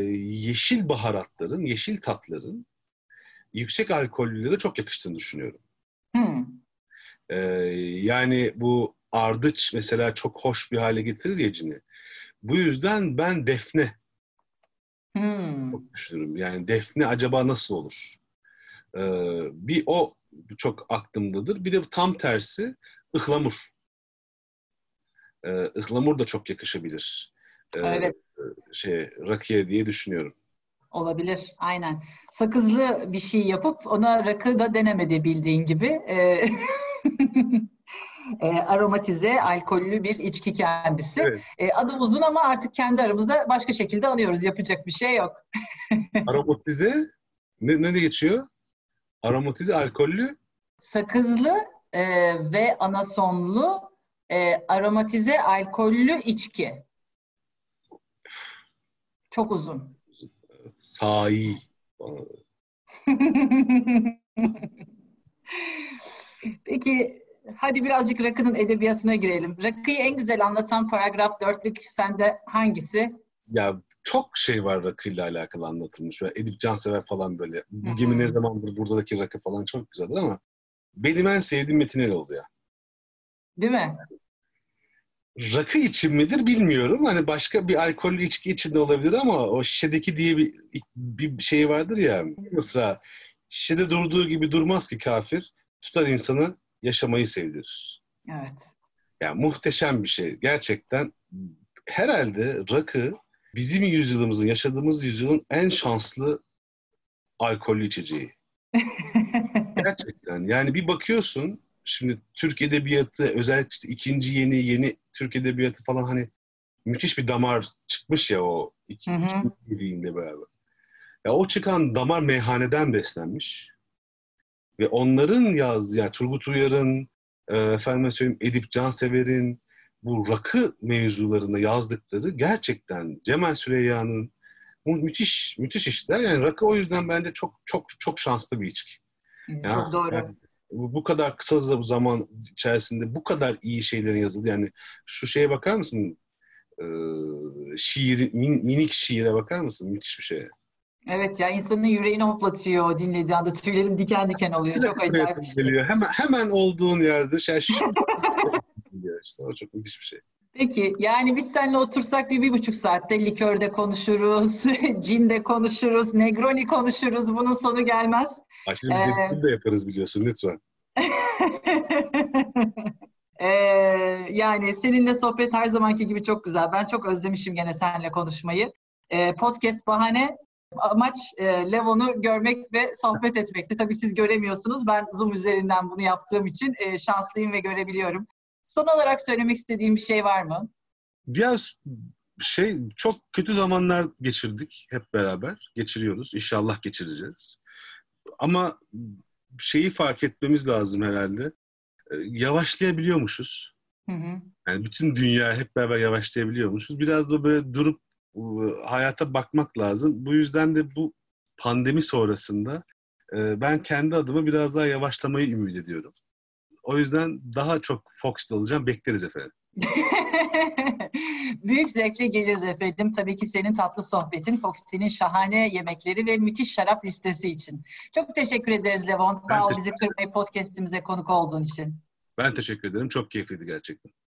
yeşil baharatların, yeşil tatların yüksek alkollülere çok yakıştığını düşünüyorum. Hmm. Ee, yani bu ardıç mesela çok hoş bir hale getirir ya cini. Bu yüzden ben defne Hmm. çok düşünürüm. Yani defne acaba nasıl olur? Ee, bir o çok aklımdadır. Bir de tam tersi ıhlamur. Ee, ıhlamur da çok yakışabilir. Ee, Evet. şey rakıya diye düşünüyorum. Olabilir, aynen. Sakızlı bir şey yapıp ona rakı da denemedi bildiğin gibi. Ee, e, aromatize, alkollü bir içki kendisi. Evet. E, adı uzun ama artık kendi aramızda başka şekilde anıyoruz. Yapacak bir şey yok. Aromatize ne, ne geçiyor? Aromatize alkollü. Sakızlı e, ve anasonlu e, aromatize alkollü içki. Çok uzun. Sahi. Peki hadi birazcık rakının edebiyatına girelim. Rakıyı en güzel anlatan paragraf dörtlük sende hangisi? Ya çok şey var rakıyla alakalı anlatılmış. Böyle Edip Cansever falan böyle. Bu gemi ne Hmm. zamandır buradaki rakı falan çok güzeldir ama benim en sevdiğim metinler oldu ya. Değil mi? Rakı için midir bilmiyorum. Hani başka bir alkollü içki için de olabilir ama o şişedeki diye bir, bir şey vardır ya. Mesela şişede durduğu gibi durmaz ki kafir. Tutar insanı yaşamayı sevdirir. Evet. Yani muhteşem bir şey. Gerçekten herhalde rakı bizim yüzyılımızın, yaşadığımız yüzyılın en şanslı alkollü içeceği. Gerçekten. Yani bir bakıyorsun şimdi Türk Edebiyatı özellikle işte ikinci yeni yeni Türk Edebiyatı falan hani müthiş bir damar çıkmış ya o Hı iki, iki hı. yediğinde beraber. Ya o çıkan damar meyhaneden beslenmiş. Ve onların yazdığı, yani Turgut Uyar'ın, e, efendime söyleyeyim Edip Cansever'in bu rakı mevzularında yazdıkları gerçekten Cemal Süreyya'nın bu müthiş müthiş işler. Yani rakı o yüzden bence çok çok çok şanslı bir içki. Ya, Çok yani doğru. bu bu kadar kısa zaman içerisinde bu kadar iyi şeylerin yazıldı. Yani şu şeye bakar mısın? Ee, şiir, min- minik şiire bakar mısın? Müthiş bir şey. Evet ya insanın yüreğini hoplatıyor dinlediği anda tüylerin diken diken oluyor. Çok acayip bir Resim şey. geliyor. Hemen hemen olduğun yerde şey şu geliyor işte. O çok müthiş bir şey. Peki yani biz seninle otursak bir, bir buçuk saatte likörde konuşuruz, cinde konuşuruz, Negroni konuşuruz. Bunun sonu gelmez. Bak şimdi Ee, biz dedikodu da yaparız biliyorsun lütfen. Ee, yani seninle sohbet her zamanki gibi çok güzel. Ben çok özlemişim gene seninle konuşmayı. Ee, podcast bahane, amaç e, Levon'u görmek ve sohbet etmekti. Tabii siz göremiyorsunuz. Ben Zoom üzerinden bunu yaptığım için e, şanslıyım ve görebiliyorum. Son olarak söylemek istediğim bir şey var mı? Biraz şey çok kötü zamanlar geçirdik hep beraber. Geçiriyoruz. İnşallah geçireceğiz. Ama şeyi fark etmemiz lazım herhalde. Ee, Yavaşlayabiliyormuşuz. Hı hı. Yani bütün dünya hep beraber yavaşlayabiliyormuşuz. Biraz da böyle durup e, hayata bakmak lazım. Bu yüzden de bu pandemi sonrasında e, ben kendi adıma biraz daha yavaşlamayı ümit ediyorum. O yüzden daha çok Fox'ta olacağım. Bekleriz efendim. Büyük zevkle geliriz efendim. Tabii ki senin tatlı sohbetin, Foxy'nin şahane yemekleri ve müthiş şarap listesi için. Çok teşekkür ederiz Levon. Ben, Sağ ol te- bizi kırmayıp podcast'imize konuk olduğun için. ben teşekkür ederim. Çok keyifliydi gerçekten.